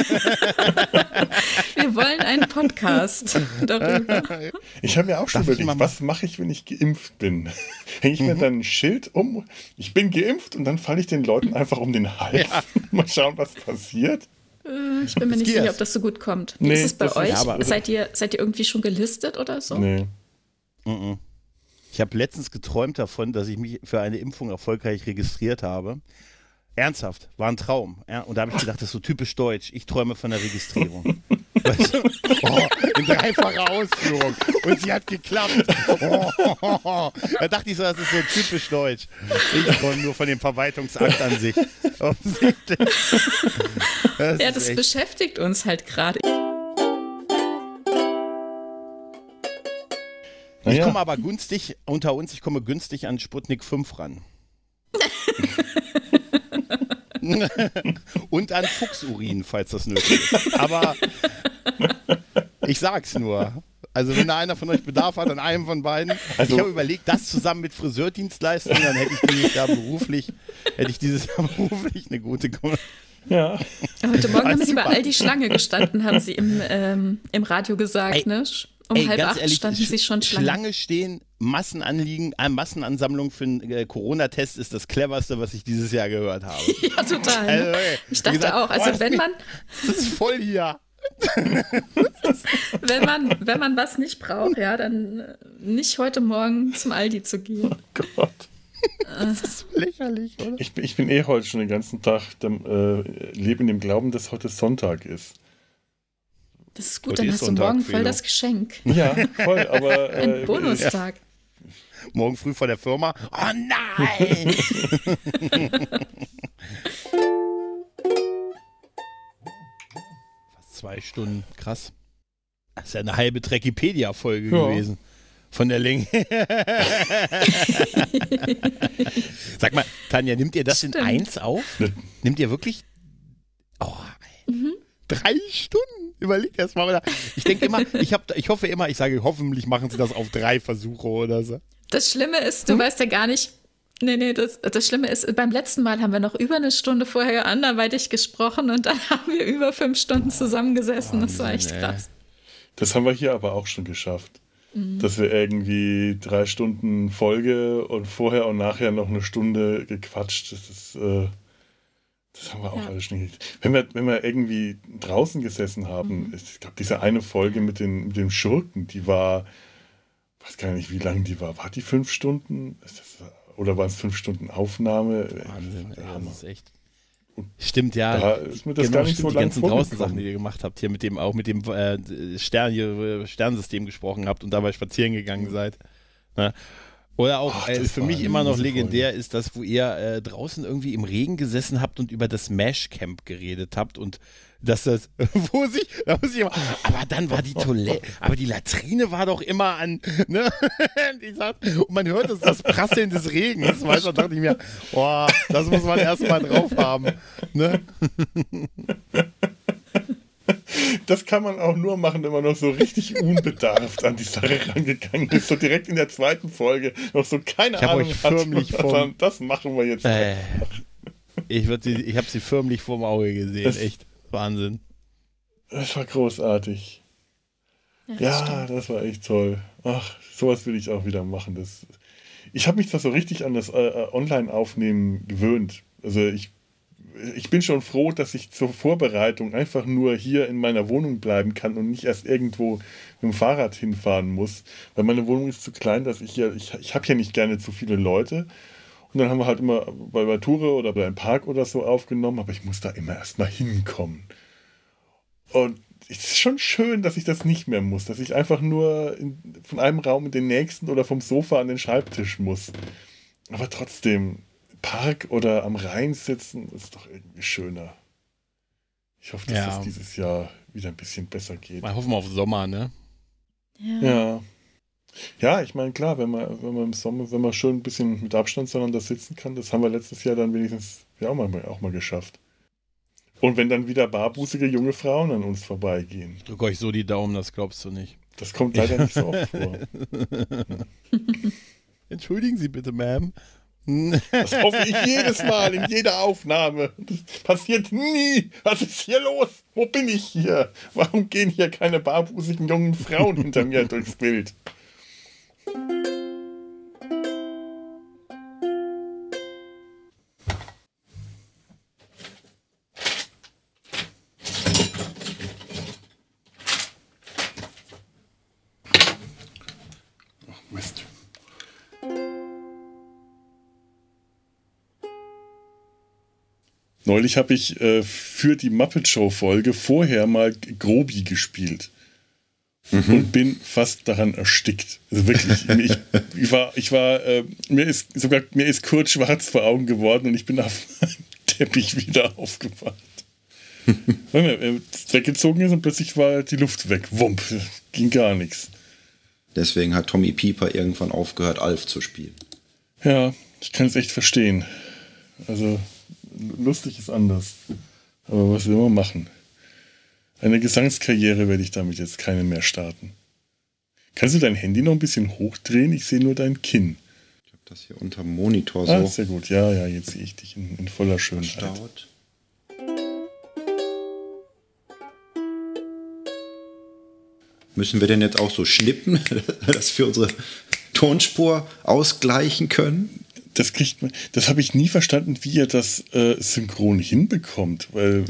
Wir wollen einen Podcast darüber. Ich habe mir auch schon überlegt, was mache ich, wenn ich geimpft bin? Hänge ich mir dann ein Schild um, ich bin geimpft und dann falle ich den Leuten einfach um den Hals. Ja. Mal schauen, was passiert. Ich bin mir nicht sicher, ob das so gut kommt. Wie ist es bei euch? Seid ihr irgendwie schon gelistet oder so? Nee. Ich habe letztens geträumt davon, dass ich mich für eine Impfung erfolgreich registriert habe. Ernsthaft, war ein Traum. Ja? Und da habe ich gedacht, das ist so typisch deutsch. Ich träume von der Registrierung. Weißt du? In 3-facher Ausführung. Und sie hat geklappt. Da dachte ich so, das ist so typisch deutsch. Ich träume nur von dem Verwaltungsakt an sich. Offensichtlich. Das beschäftigt uns halt gerade. Ich komme aber günstig, unter uns, ich komme günstig an Sputnik 5 ran. Und an Fuchsurin, falls das nötig ist. Aber ich sag's nur. Also wenn da einer von euch Bedarf hat an einem von beiden. Also, ich habe überlegt, das zusammen mit Friseurdienstleistungen, dann hätte ich dieses Jahr beruflich eine gute Kunde. Ja. Heute Morgen haben sie bei Aldi Schlange gestanden, haben sie im Radio gesagt, ne? Um 7:30 standen sie schon Schlange stehen, Massenansammlung für einen Corona-Test ist das cleverste, was ich dieses Jahr gehört habe. Ja, total. Also, ich dachte auch, also wenn man... Das ist voll hier. wenn man was nicht braucht, ja, dann nicht heute Morgen zum Aldi zu gehen. Oh Gott. Das ist lächerlich, oder? Ich bin heute schon den ganzen Tag, lebe in dem Glauben, dass heute Sonntag ist. Das ist gut, dann hast du morgen voll das Geschenk. Ja, voll, aber... Ein Bonustag. Ja. Morgen früh vor der Firma. Oh nein! Fast 2 Stunden, krass. Das ist ja eine halbe Trekipedia-Folge gewesen. Von der Länge. Sag mal, Tanja, nimmt ihr das in 1 auf? Nimmt ihr wirklich... Oh, 3 Stunden? Überleg erst mal. Ich denke immer, ich hoffe immer, ich sage, hoffentlich machen sie das auf 3 Versuche oder so. Das Schlimme ist, du weißt ja gar nicht, das Schlimme ist, beim letzten Mal haben wir noch über 1 Stunde vorher anderweitig gesprochen und dann haben wir über 5 Stunden zusammengesessen. Das war echt krass. Das haben wir hier aber auch schon geschafft. Dass wir irgendwie 3 Stunden Folge und vorher und nachher noch 1 Stunde gequatscht. Das haben wir auch alles schon gekriegt. Wenn wir irgendwie draußen gesessen haben, ich glaube, diese eine Folge mit dem Schurken, die war, ich weiß gar nicht, wie lang die war. War die 5 Stunden? Oder waren es 5 Stunden Aufnahme? Wahnsinn, das ist echt. Stimmt, ja. Da ist mir das gar nicht so die lang ganzen draußen Sachen, die ihr gemacht habt, hier mit dem Sternsystem gesprochen habt und dabei spazieren gegangen seid. Ne? Oder auch für mich immer noch legendär Folge. Ist das, wo ihr draußen irgendwie im Regen gesessen habt und über das Mesh-Camp geredet habt und dass das, aber dann war die Toilette, aber die Latrine war doch immer an, ne? Und man hört das Prasseln des Regens, weißt du, da dachte ich mir, boah, das muss man erstmal drauf haben, ne? Das kann man auch nur machen, wenn man noch so richtig unbedarft an die Sache rangegangen ist. So direkt in der 2. Folge noch so keine Ahnung hat. Das machen wir jetzt. Ich habe sie förmlich vorm Auge gesehen. Echt Wahnsinn. Das war großartig. Ja, das war echt toll. Ach, sowas will ich auch wieder machen. Ich habe mich da so richtig an das Online-Aufnehmen gewöhnt. Also ich bin schon froh, dass ich zur Vorbereitung einfach nur hier in meiner Wohnung bleiben kann und nicht erst irgendwo mit dem Fahrrad hinfahren muss. Weil meine Wohnung ist zu klein, dass ich habe ja nicht gerne zu viele Leute. Und dann haben wir halt immer bei Tour oder bei einem Park oder so aufgenommen, aber ich muss da immer erst mal hinkommen. Und es ist schon schön, dass ich das nicht mehr muss, dass ich einfach nur von einem Raum in den nächsten oder vom Sofa an den Schreibtisch muss. Aber trotzdem, Park oder am Rhein sitzen, ist doch irgendwie schöner. Ich hoffe, dass das dieses Jahr wieder ein bisschen besser geht. Mal hoffen wir auf Sommer, ne? Ja. Ja, ich meine, klar, wenn man im Sommer, wenn man schön ein bisschen mit Abstand zueinander sitzen kann, das haben wir letztes Jahr dann wenigstens auch mal geschafft. Und wenn dann wieder barbusige junge Frauen an uns vorbeigehen. Ich drücke euch so die Daumen, das glaubst du nicht. Das kommt leider nicht so oft vor. Entschuldigen Sie bitte, Ma'am. Das hoffe ich jedes Mal, in jeder Aufnahme. Das passiert nie. Was ist hier los? Wo bin ich hier? Warum gehen hier keine barbusigen jungen Frauen hinter mir durchs Bild? Ach, Mist. Neulich habe ich für die Muppet Show Folge vorher mal Grobi gespielt. Und bin fast daran erstickt. Also wirklich. Mir ist kurz schwarz vor Augen geworden und ich bin auf meinem Teppich wieder aufgewacht. Weil mir weggezogen ist und plötzlich war die Luft weg. Wump. Ging gar nichts. Deswegen hat Tommy Pieper irgendwann aufgehört, Alf zu spielen. Ja, ich kann es echt verstehen. Also, lustig ist anders. Aber was will man machen? Eine Gesangskarriere werde ich damit jetzt keine mehr starten. Kannst du dein Handy noch ein bisschen hochdrehen? Ich sehe nur dein Kinn. Ich habe das hier unterm Monitor so. Ah, sehr gut. Ja, jetzt sehe ich dich in voller Schönheit. Verstaut. Müssen wir denn jetzt auch so schnippen, dass wir unsere Tonspur ausgleichen können? Das habe ich nie verstanden, wie ihr das synchron hinbekommt, weil...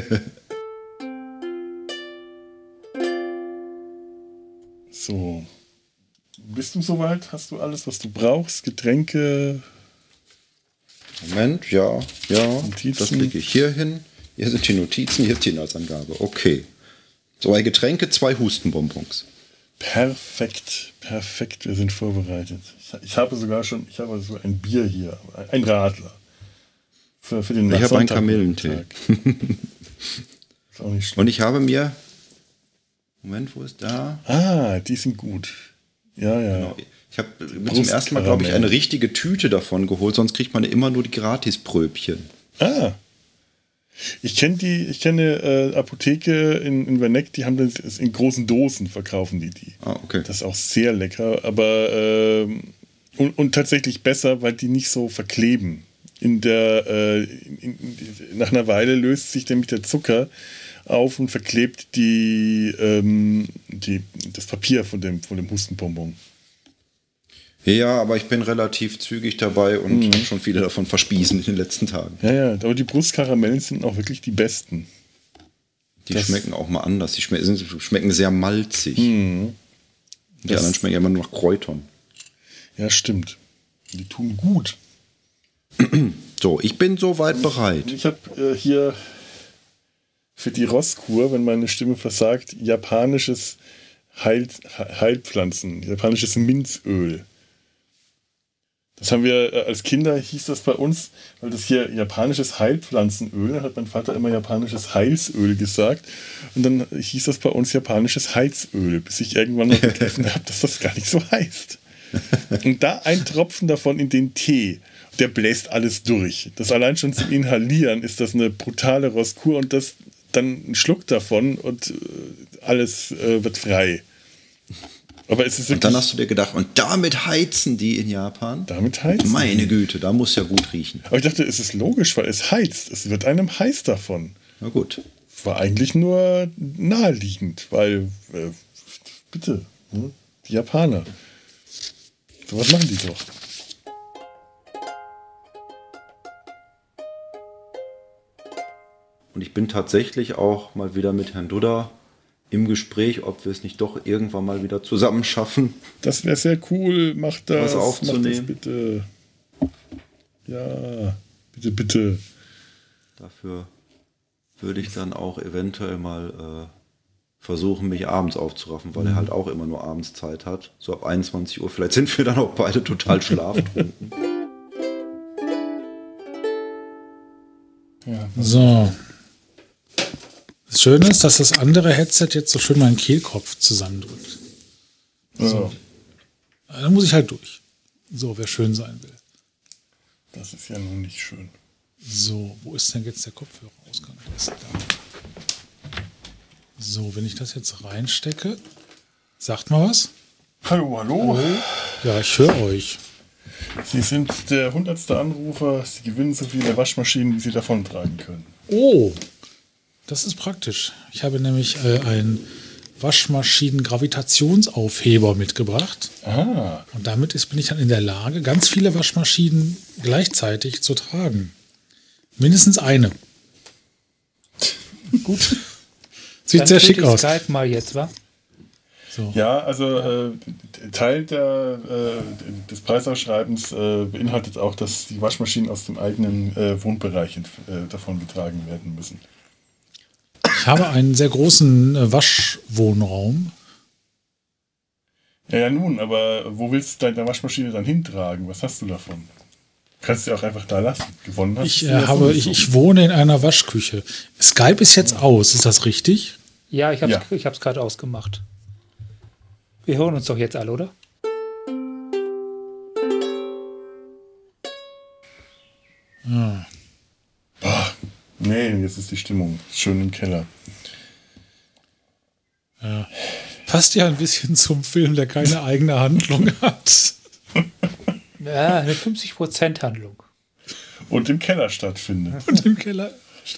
So. Bist du soweit? Hast du alles, was du brauchst? Getränke? Moment, ja. Notizen. Das lege ich hier hin. Hier sind die Notizen, hier ist die Inhaltsangabe. Okay. 2 Getränke, 2 Hustenbonbons. Perfekt, wir sind vorbereitet. Ich habe sogar ein Bier hier, ein Radler. Für den Ich habe einen Kamillentee. Ist auch nicht schlimm. Und ich habe mir... Moment, wo ist da? Ah, die sind gut. Ja. Genau. Ich habe zum ersten Mal, glaube ich, eine richtige Tüte davon geholt, sonst kriegt man immer nur die Gratispröbchen. Ah. Ich kenne Apotheke in Werneck, die haben das in großen Dosen, verkaufen die. Ah, okay. Das ist auch sehr lecker, aber und tatsächlich besser, weil die nicht so verkleben. Nach einer Weile löst sich nämlich der Zucker auf und verklebt das Papier von dem Hustenbonbon. Ja, aber ich bin relativ zügig dabei und habe schon viele davon verspiesen in den letzten Tagen. Ja, aber die Brustkaramellen sind auch wirklich die besten. Die schmecken auch mal anders. Die schmecken sehr malzig. Die anderen schmecken ja immer nur nach Kräutern. Ja, stimmt. Die tun gut. So, ich bin soweit bereit. Ich habe hier für die Rosskur, wenn meine Stimme versagt, japanisches Heilpflanzen, japanisches Minzöl. Das haben wir als Kinder, hieß das bei uns, weil das hier japanisches Heilpflanzenöl, dann hat mein Vater immer japanisches Heilsöl gesagt und dann hieß das bei uns japanisches Heizöl, bis ich irgendwann mal begriffen habe, dass das gar nicht so heißt. Und da ein Tropfen davon in den Tee, der bläst alles durch. Das allein schon zum Inhalieren ist das eine brutale Rosskur und das dann ein Schluck davon und alles wird frei. Aber es ist wirklich, und dann hast du dir gedacht, und damit heizen die in Japan? Damit heizen. Meine Güte, da muss ja gut riechen. Aber ich dachte, es ist logisch, weil es heizt. Es wird einem heiß davon. Na gut. War eigentlich nur naheliegend, weil, bitte, die Japaner. So was machen die doch. Und ich bin tatsächlich auch mal wieder mit Herrn Dudda im Gespräch, ob wir es nicht doch irgendwann mal wieder zusammen schaffen. Das wäre sehr cool. Mach das. Was aufzunehmen. Mach das bitte. Ja, bitte, bitte. Dafür würde ich dann auch eventuell mal versuchen, mich abends aufzuraffen, weil er halt auch immer nur abends Zeit hat. So ab 21 Uhr. Vielleicht sind wir dann auch beide total schlaftrunken. Ja, So. Das Schöne ist, dass das andere Headset jetzt so schön meinen Kehlkopf zusammendrückt. So. Da muss ich halt durch. So, wer schön sein will. das ist ja nun nicht schön. So, wo ist denn jetzt der Kopfhörerausgang? Der ist da. So, wenn ich das jetzt reinstecke, sagt mal was? Hallo, hallo. Ja, ich höre euch. Sie sind der 100. Anrufer. Sie gewinnen so viele Waschmaschinen, wie Sie davontragen können. Oh, das ist praktisch. Ich habe nämlich einen Waschmaschinen-Gravitationsaufheber mitgebracht. Ah. Und damit bin ich dann in der Lage, ganz viele Waschmaschinen gleichzeitig zu tragen. Mindestens eine. Gut. Sieht Dann sehr schick aus. Skype mal jetzt, wa? So. Ja, also Teil des Preisausschreibens beinhaltet auch, dass die Waschmaschinen aus dem eigenen Wohnbereich davon getragen werden müssen. Ich habe einen sehr großen Waschwohnraum. Ja, nun, aber wo willst du deine Waschmaschine dann hintragen? Was hast du davon? Kannst du auch einfach da lassen. Gewonnen hast Ich, du ja sowieso. ich wohne in einer Waschküche. Skype ist jetzt aus, ist das richtig? Ja, ich hab's, Ja. ich hab's gerade ausgemacht. Wir hören uns doch jetzt alle, oder? Nee, jetzt ist die Stimmung schön im Keller. Ja. Passt ja ein bisschen zum Film, der keine eigene Handlung hat. Ja, eine 50% Handlung. Und im Keller stattfindet. Und im Keller.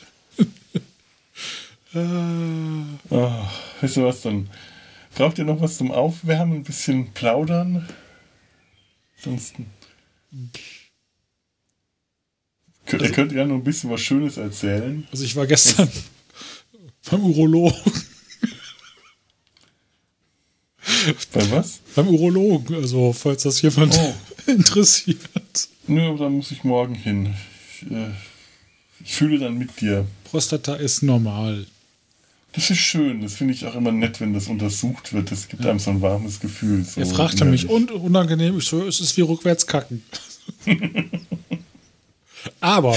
Oh, weißt du was, dann braucht ihr noch was zum Aufwärmen, ein bisschen plaudern? Ansonsten ihr könnt ja noch ein bisschen was Schönes erzählen. Also ich war gestern beim Urologen. Bei was? Beim Urologen, also falls das jemand interessiert. Nö, aber da muss ich morgen hin. Ich fühle dann mit dir. Prostata ist normal. Das ist schön, das finde ich auch immer nett, wenn das untersucht wird. Das gibt einem so ein warmes Gefühl. So Er fragte mich, innerlich. und unangenehm, ich so, es ist wie rückwärts kacken. Aber,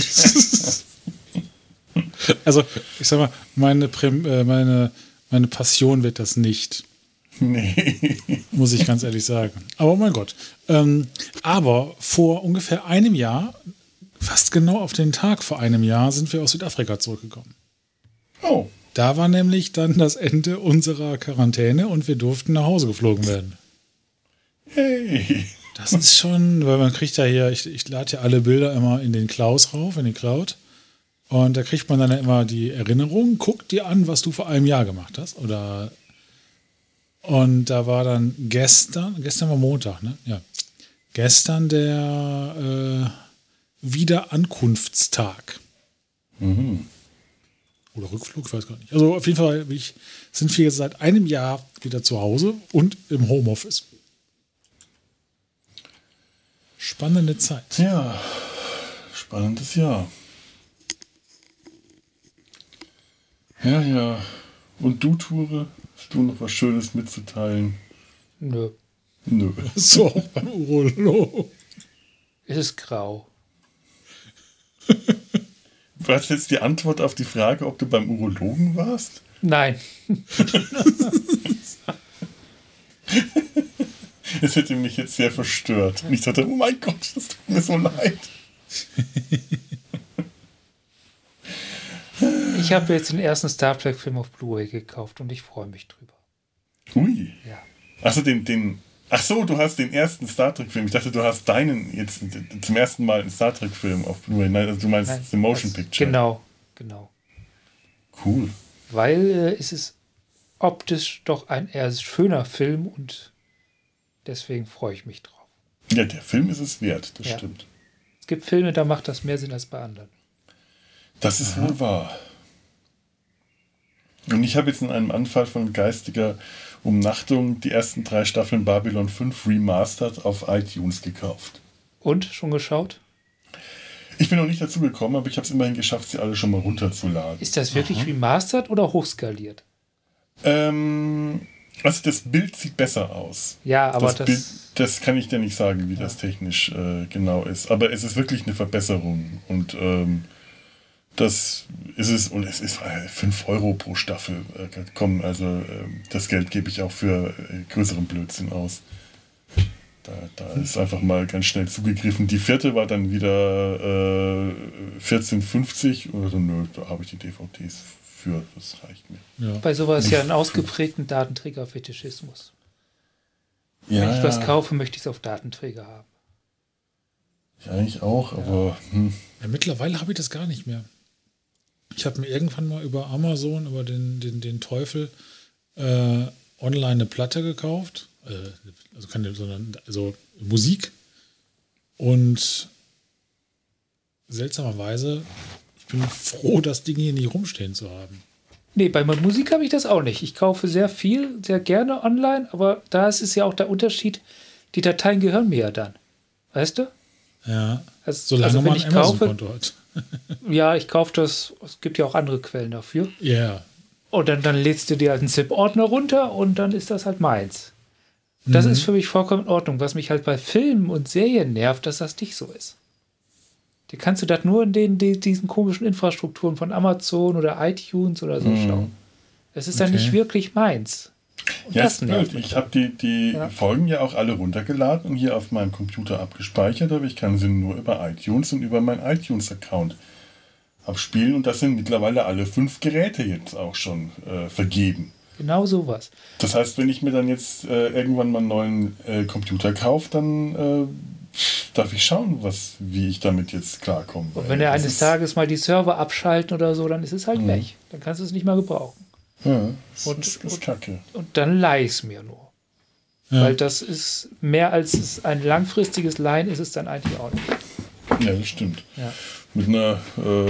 also, ich sag mal, meine Passion wird das nicht. Nee. Muss ich ganz ehrlich sagen. Aber oh mein Gott. Aber vor ungefähr einem Jahr, fast genau auf den Tag vor einem Jahr, sind wir aus Südafrika zurückgekommen. Oh. Da war nämlich dann das Ende unserer Quarantäne und wir durften nach Hause geflogen werden. Hey. Das ist schon, weil man kriegt ja hier, ich lade ja alle Bilder immer in den Klaus rauf, in die Cloud. Und da kriegt man dann ja immer die Erinnerung, guck dir an, was du vor einem Jahr gemacht hast. Und da war dann gestern war Montag, ne? Ja. Gestern der Wiederankunftstag. Mhm. Oder Rückflug, ich weiß gar nicht. Also auf jeden Fall sind wir jetzt seit einem Jahr wieder zu Hause und im Homeoffice. Spannende Zeit. Ja, spannendes Jahr. Ja, ja. Und du, Ture, hast du noch was Schönes mitzuteilen? Nö. Nö. So, auch beim Urolog. Es ist grau. Was ist jetzt die Antwort auf die Frage, ob du beim Urologen warst? Nein. Das hätte mich jetzt sehr verstört. Und ich dachte, oh mein Gott, das tut mir so leid. Ich habe jetzt den ersten Star Trek-Film auf Blu-ray gekauft und ich freue mich drüber. Ui. Ja. Achso, ach so, du hast den ersten Star Trek-Film. Ich dachte, du hast deinen jetzt zum ersten Mal einen Star Trek-Film auf Blu-ray. Nein, also du meinst Nein, The Motion Picture. Genau. Cool. Weil es ist optisch doch ein eher schöner Film und deswegen freue ich mich drauf. Ja, der Film ist es wert, das Ja. stimmt. Es gibt Filme, da macht das mehr Sinn als bei anderen. Das ist wohl wahr. Und ich habe jetzt in einem Anfall von geistiger Umnachtung die ersten 3 Staffeln Babylon 5 Remastered auf iTunes gekauft. Und? Schon geschaut? Ich bin noch nicht dazu gekommen, aber ich habe es immerhin geschafft, sie alle schon mal runterzuladen. Ist das wirklich remastered oder hochskaliert? Also das Bild sieht besser aus. Ja, aber das kann ich dir nicht sagen, wie das technisch genau ist. Aber es ist wirklich eine Verbesserung. Und das ist es. Und es ist 5 Euro pro Staffel. Komm, also das Geld gebe ich auch für größeren Blödsinn aus. Da ist einfach mal ganz schnell zugegriffen. Die 4. war dann wieder 14,50. Also nö, da habe ich die DVDs für. Das reicht mir. Ja. Bei sowas ja einen ausgeprägten Datenträger-Fetischismus. Ja, wenn ich was kaufe, möchte ich es auf Datenträger haben. Ja, eigentlich auch, aber... Ja, mittlerweile habe ich das gar nicht mehr. Ich habe mir irgendwann mal über Amazon, über den Teufel, online eine Platte gekauft. Also keine, sondern also Musik. Und seltsamerweise, ich bin froh, das Ding hier nicht rumstehen zu haben. Nee, bei Musik habe ich das auch nicht. Ich kaufe sehr viel, sehr gerne online, aber da ist es ja auch der Unterschied, die Dateien gehören mir ja dann. Weißt du? Ja, solange man ein Amazon-Konto hat. Ja, ich kaufe das, es gibt ja auch andere Quellen dafür. Ja. Yeah. Und dann lädst du dir halt einen ZIP-Ordner runter und dann ist das halt meins. Das ist für mich vollkommen in Ordnung. Was mich halt bei Filmen und Serien nervt, dass das nicht so ist. Die kannst du das nur in diesen komischen Infrastrukturen von Amazon oder iTunes oder so schauen. Es ist dann nicht wirklich meins. Und ja, das nervt mich. Ich habe die Folgen ja auch alle runtergeladen und hier auf meinem Computer abgespeichert, aber ich kann sie nur über iTunes und über meinen iTunes-Account abspielen. Und das sind mittlerweile alle 5 Geräte jetzt auch schon vergeben. Genau sowas. Das heißt, wenn ich mir dann jetzt irgendwann mal einen neuen Computer kaufe, dann darf ich schauen, wie ich damit jetzt klarkomme. Und wenn er eines Tages mal die Server abschalten oder so, dann ist es halt weg. Dann kannst du es nicht mehr gebrauchen. Ja, das ist kacke. Und dann leih ich es mir nur. Ja. Weil das ist mehr als ein langfristiges Leihen ist es dann eigentlich auch nicht. Ja, das stimmt. Ja. Mit einer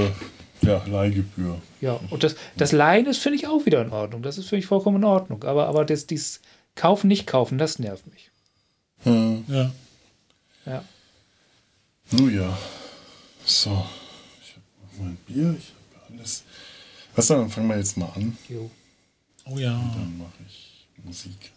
Leihgebühr. Ja, und das Leihen ist, finde ich, auch wieder in Ordnung. Das ist für mich vollkommen in Ordnung. Aber dieses Kaufen, nicht kaufen, das nervt mich. Ja. Ja. Nun ja. So. Ich habe mein Bier, ich habe alles. Was dann fangen wir jetzt mal an. Jo. Oh ja. Und dann mache ich Musik.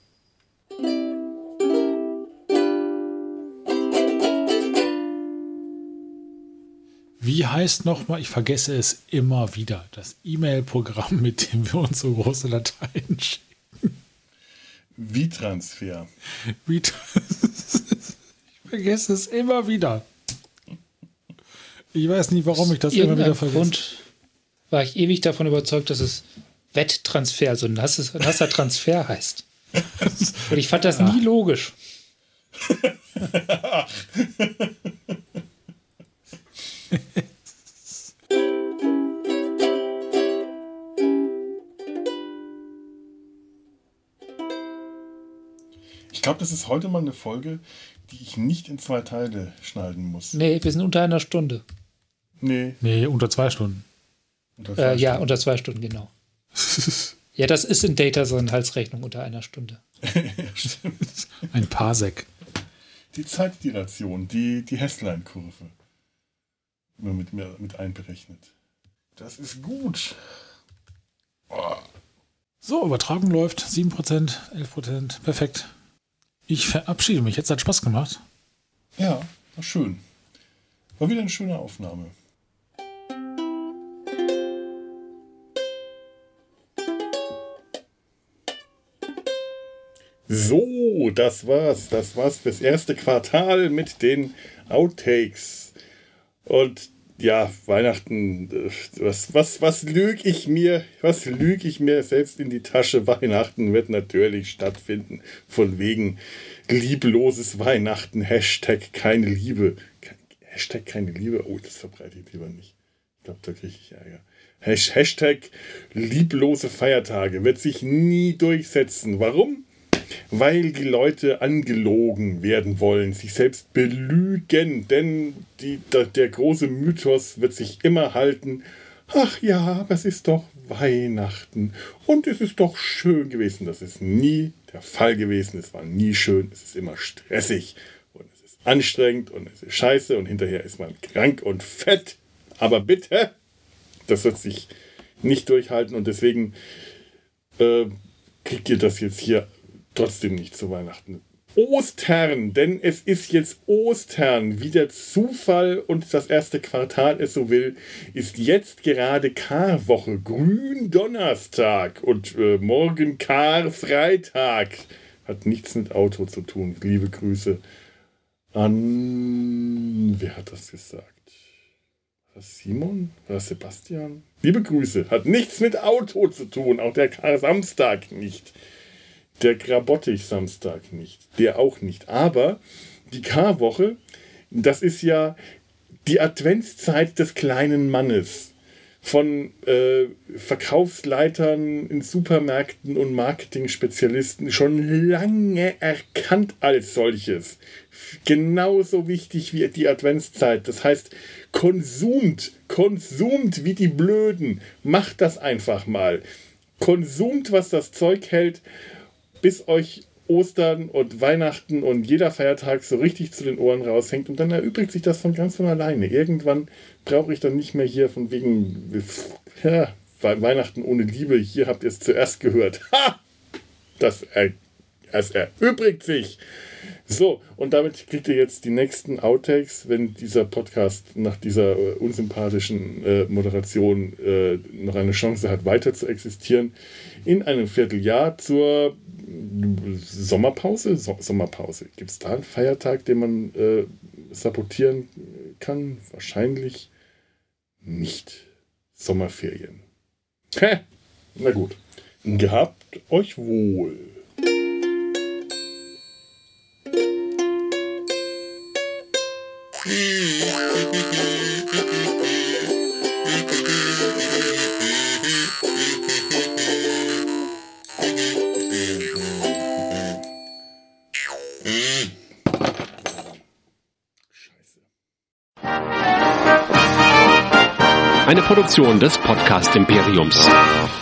Wie heißt nochmal, ich vergesse es immer wieder, das E-Mail-Programm, mit dem wir uns so große Dateien schicken? WeTransfer. Ich vergesse es immer wieder. Ich weiß nicht, warum ich das immer wieder vergesse. Grund war ich ewig davon überzeugt, dass es Wetttransfer, so ein nasser Transfer heißt. Und ich fand das nie logisch. Ich glaube, das ist heute mal eine Folge, die ich nicht in 2 Teile schneiden muss. Nee, wir sind unter einer Stunde. Nee, unter 2 Stunden. Ja, unter 2 Stunden, genau. Ja, das ist in Data so eine Halsrechnung unter einer Stunde. Ja, stimmt. Ein Parsec. Die Zeitdilation, die Hesslein-Kurve. Nur mit einberechnet. Das ist gut. Oh. So, Übertragung läuft. 7%, 11%. Perfekt. Ich verabschiede mich. Jetzt hat Spaß gemacht. Ja, war schön. War wieder eine schöne Aufnahme. So, das war's. Das war's fürs erste Quartal mit den Outtakes. Und ja, Weihnachten, was lüge ich mir selbst in die Tasche? Weihnachten wird natürlich stattfinden. Von wegen liebloses Weihnachten, Hashtag keine Liebe. Hashtag keine Liebe, oh, das verbreite ich lieber nicht. Ich glaube, da kriege ich Ärger. Hashtag lieblose Feiertage wird sich nie durchsetzen. Warum? weil die Leute angelogen werden wollen, sich selbst belügen, denn der große Mythos wird sich immer halten, ach ja, aber es ist doch Weihnachten und es ist doch schön gewesen. Das ist nie der Fall gewesen, es war nie schön, es ist immer stressig und es ist anstrengend und es ist scheiße und hinterher ist man krank und fett, aber bitte, das wird sich nicht durchhalten und deswegen kriegt ihr das jetzt hier trotzdem nicht zu Weihnachten. Ostern, denn es ist jetzt Ostern, wie der Zufall und das erste Quartal es so will, ist jetzt gerade Karwoche, Gründonnerstag und morgen Karfreitag. Hat nichts mit Auto zu tun. Liebe Grüße an, wer hat das gesagt? War das Simon? War das Sebastian? Liebe Grüße, hat nichts mit Auto zu tun, auch der Kar-Samstag nicht. Der Grabottich-Samstag nicht, der auch nicht. Aber die Karwoche, das ist ja die Adventszeit des kleinen Mannes. Von Verkaufsleitern in Supermärkten und Marketing-Spezialisten schon lange erkannt als solches. Genauso wichtig wie die Adventszeit. Das heißt, konsumt wie die Blöden. Macht das einfach mal. Konsumt, was das Zeug hält, bis euch Ostern und Weihnachten und jeder Feiertag so richtig zu den Ohren raushängt und dann erübrigt sich das von ganz von alleine. Irgendwann brauche ich dann nicht mehr hier von wegen Weihnachten ohne Liebe, hier habt ihr es zuerst gehört. Ha! Das erübrigt sich. So, und damit kriegt ihr jetzt die nächsten Outtakes, wenn dieser Podcast nach dieser unsympathischen Moderation noch eine Chance hat, weiter zu existieren, in einem Vierteljahr zur Sommerpause. Sommerpause. Gibt es da einen Feiertag, den man sabotieren kann? Wahrscheinlich nicht. Sommerferien. Na gut. Gehabt euch wohl. Eine Produktion des Podcast Imperiums.